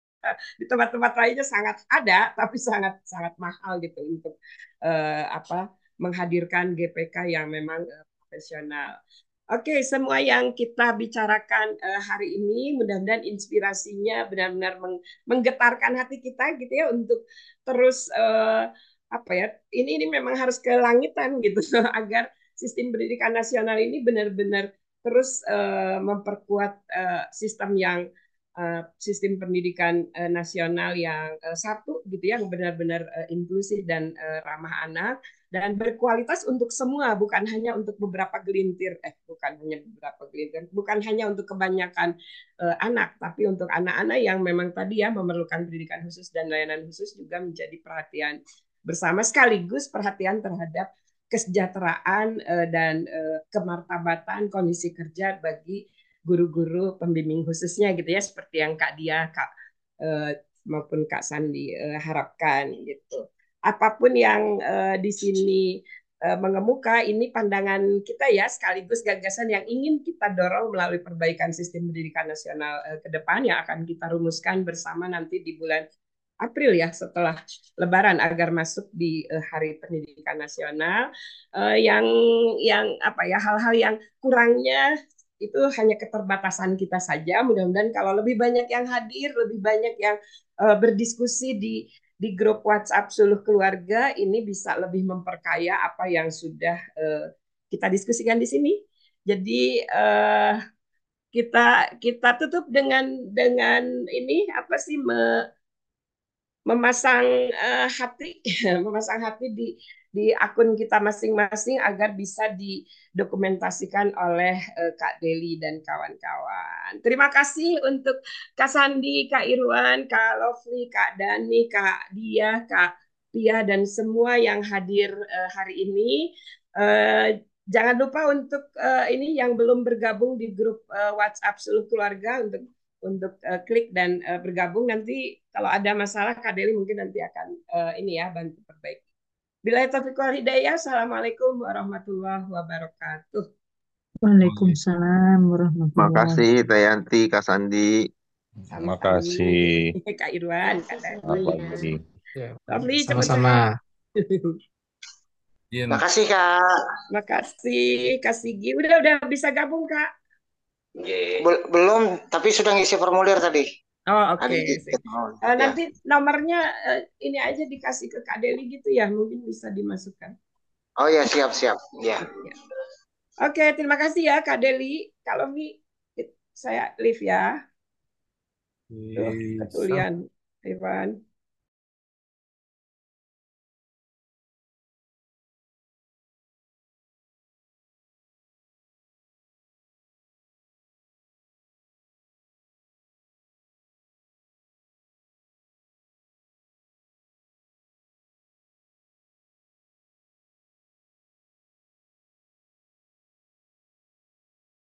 Di tempat-tempat lainnya sangat ada tapi sangat sangat mahal gitu untuk uh, apa menghadirkan G P K yang memang uh, profesional. Oke, semua yang kita bicarakan uh, hari ini mudah-mudahan inspirasinya benar-benar meng menggetarkan hati kita gitu ya untuk terus uh, apa ya ini ini memang harus ke langitan gitu agar sistem pendidikan nasional ini benar-benar terus uh, memperkuat uh, sistem yang uh, sistem pendidikan uh, nasional yang uh, satu gitu ya, yang benar-benar uh, inklusif dan uh, ramah anak dan berkualitas untuk semua, bukan hanya untuk beberapa gelintir, eh bukan hanya beberapa gelintir, bukan hanya untuk kebanyakan uh, anak, tapi untuk anak-anak yang memang tadi ya memerlukan pendidikan khusus dan layanan khusus juga menjadi perhatian bersama sekaligus perhatian terhadap kesejahteraan uh, dan uh, kemartabatan kondisi kerja bagi guru-guru pembimbing khususnya gitu ya seperti yang Kak Dia, Kak uh, maupun Kak Sandi uh, harapkan gitu. Apapun yang uh, di sini uh, mengemuka ini pandangan kita ya sekaligus gagasan yang ingin kita dorong melalui perbaikan sistem pendidikan nasional uh, ke depan yang akan kita rumuskan bersama nanti di bulan April ya setelah Lebaran agar masuk di uh, Hari Pendidikan Nasional uh, yang yang apa ya hal-hal yang kurangnya itu hanya keterbatasan kita saja. Mudah-mudahan kalau lebih banyak yang hadir, lebih banyak yang uh, berdiskusi di di grup WhatsApp Suluh Keluarga ini bisa lebih memperkaya apa yang sudah uh, kita diskusikan di sini. Jadi uh, kita kita tutup dengan dengan ini apa sih me, memasang uh, hati memasang hati di di akun kita masing-masing agar bisa didokumentasikan oleh uh, Kak Deli dan kawan-kawan. Terima kasih untuk Kak Sandi, Kak Irwan, Kak Lovely, Kak Dani, Kak Dia, Kak Tia dan semua yang hadir uh, hari ini. Uh, jangan lupa untuk uh, ini yang belum bergabung di grup uh, WhatsApp seluruh keluarga untuk untuk uh, klik dan uh, bergabung. Nanti kalau ada masalah Kak Deli mungkin nanti akan uh, ini ya bantu perbaiki. Bila taufiq wal hidayah. Assalamualaikum warahmatullahi wabarakatuh. Waalaikumsalam warahmatullahi Makasih Teh Yanti, Kak Sandi. Terima kasih. Kak Irwan, Kak Deli. Ya, Lovely, sama-sama. cepat. Makasih Kak. Makasih Kak Sigi. Udah udah bisa gabung Kak? Bel- belum, tapi sudah ngisi formulir tadi. Oh oke. Tadi Okay. oh, Uh, ya. nanti nomornya uh, ini aja dikasih ke Kak Deli gitu ya, mungkin bisa dimasukkan. Oh ya siap siap. Ya. Ya. Oke, okay, terima kasih ya Kak Deli. Kalau ini saya live ya. Tuh, ketulian, Irfan.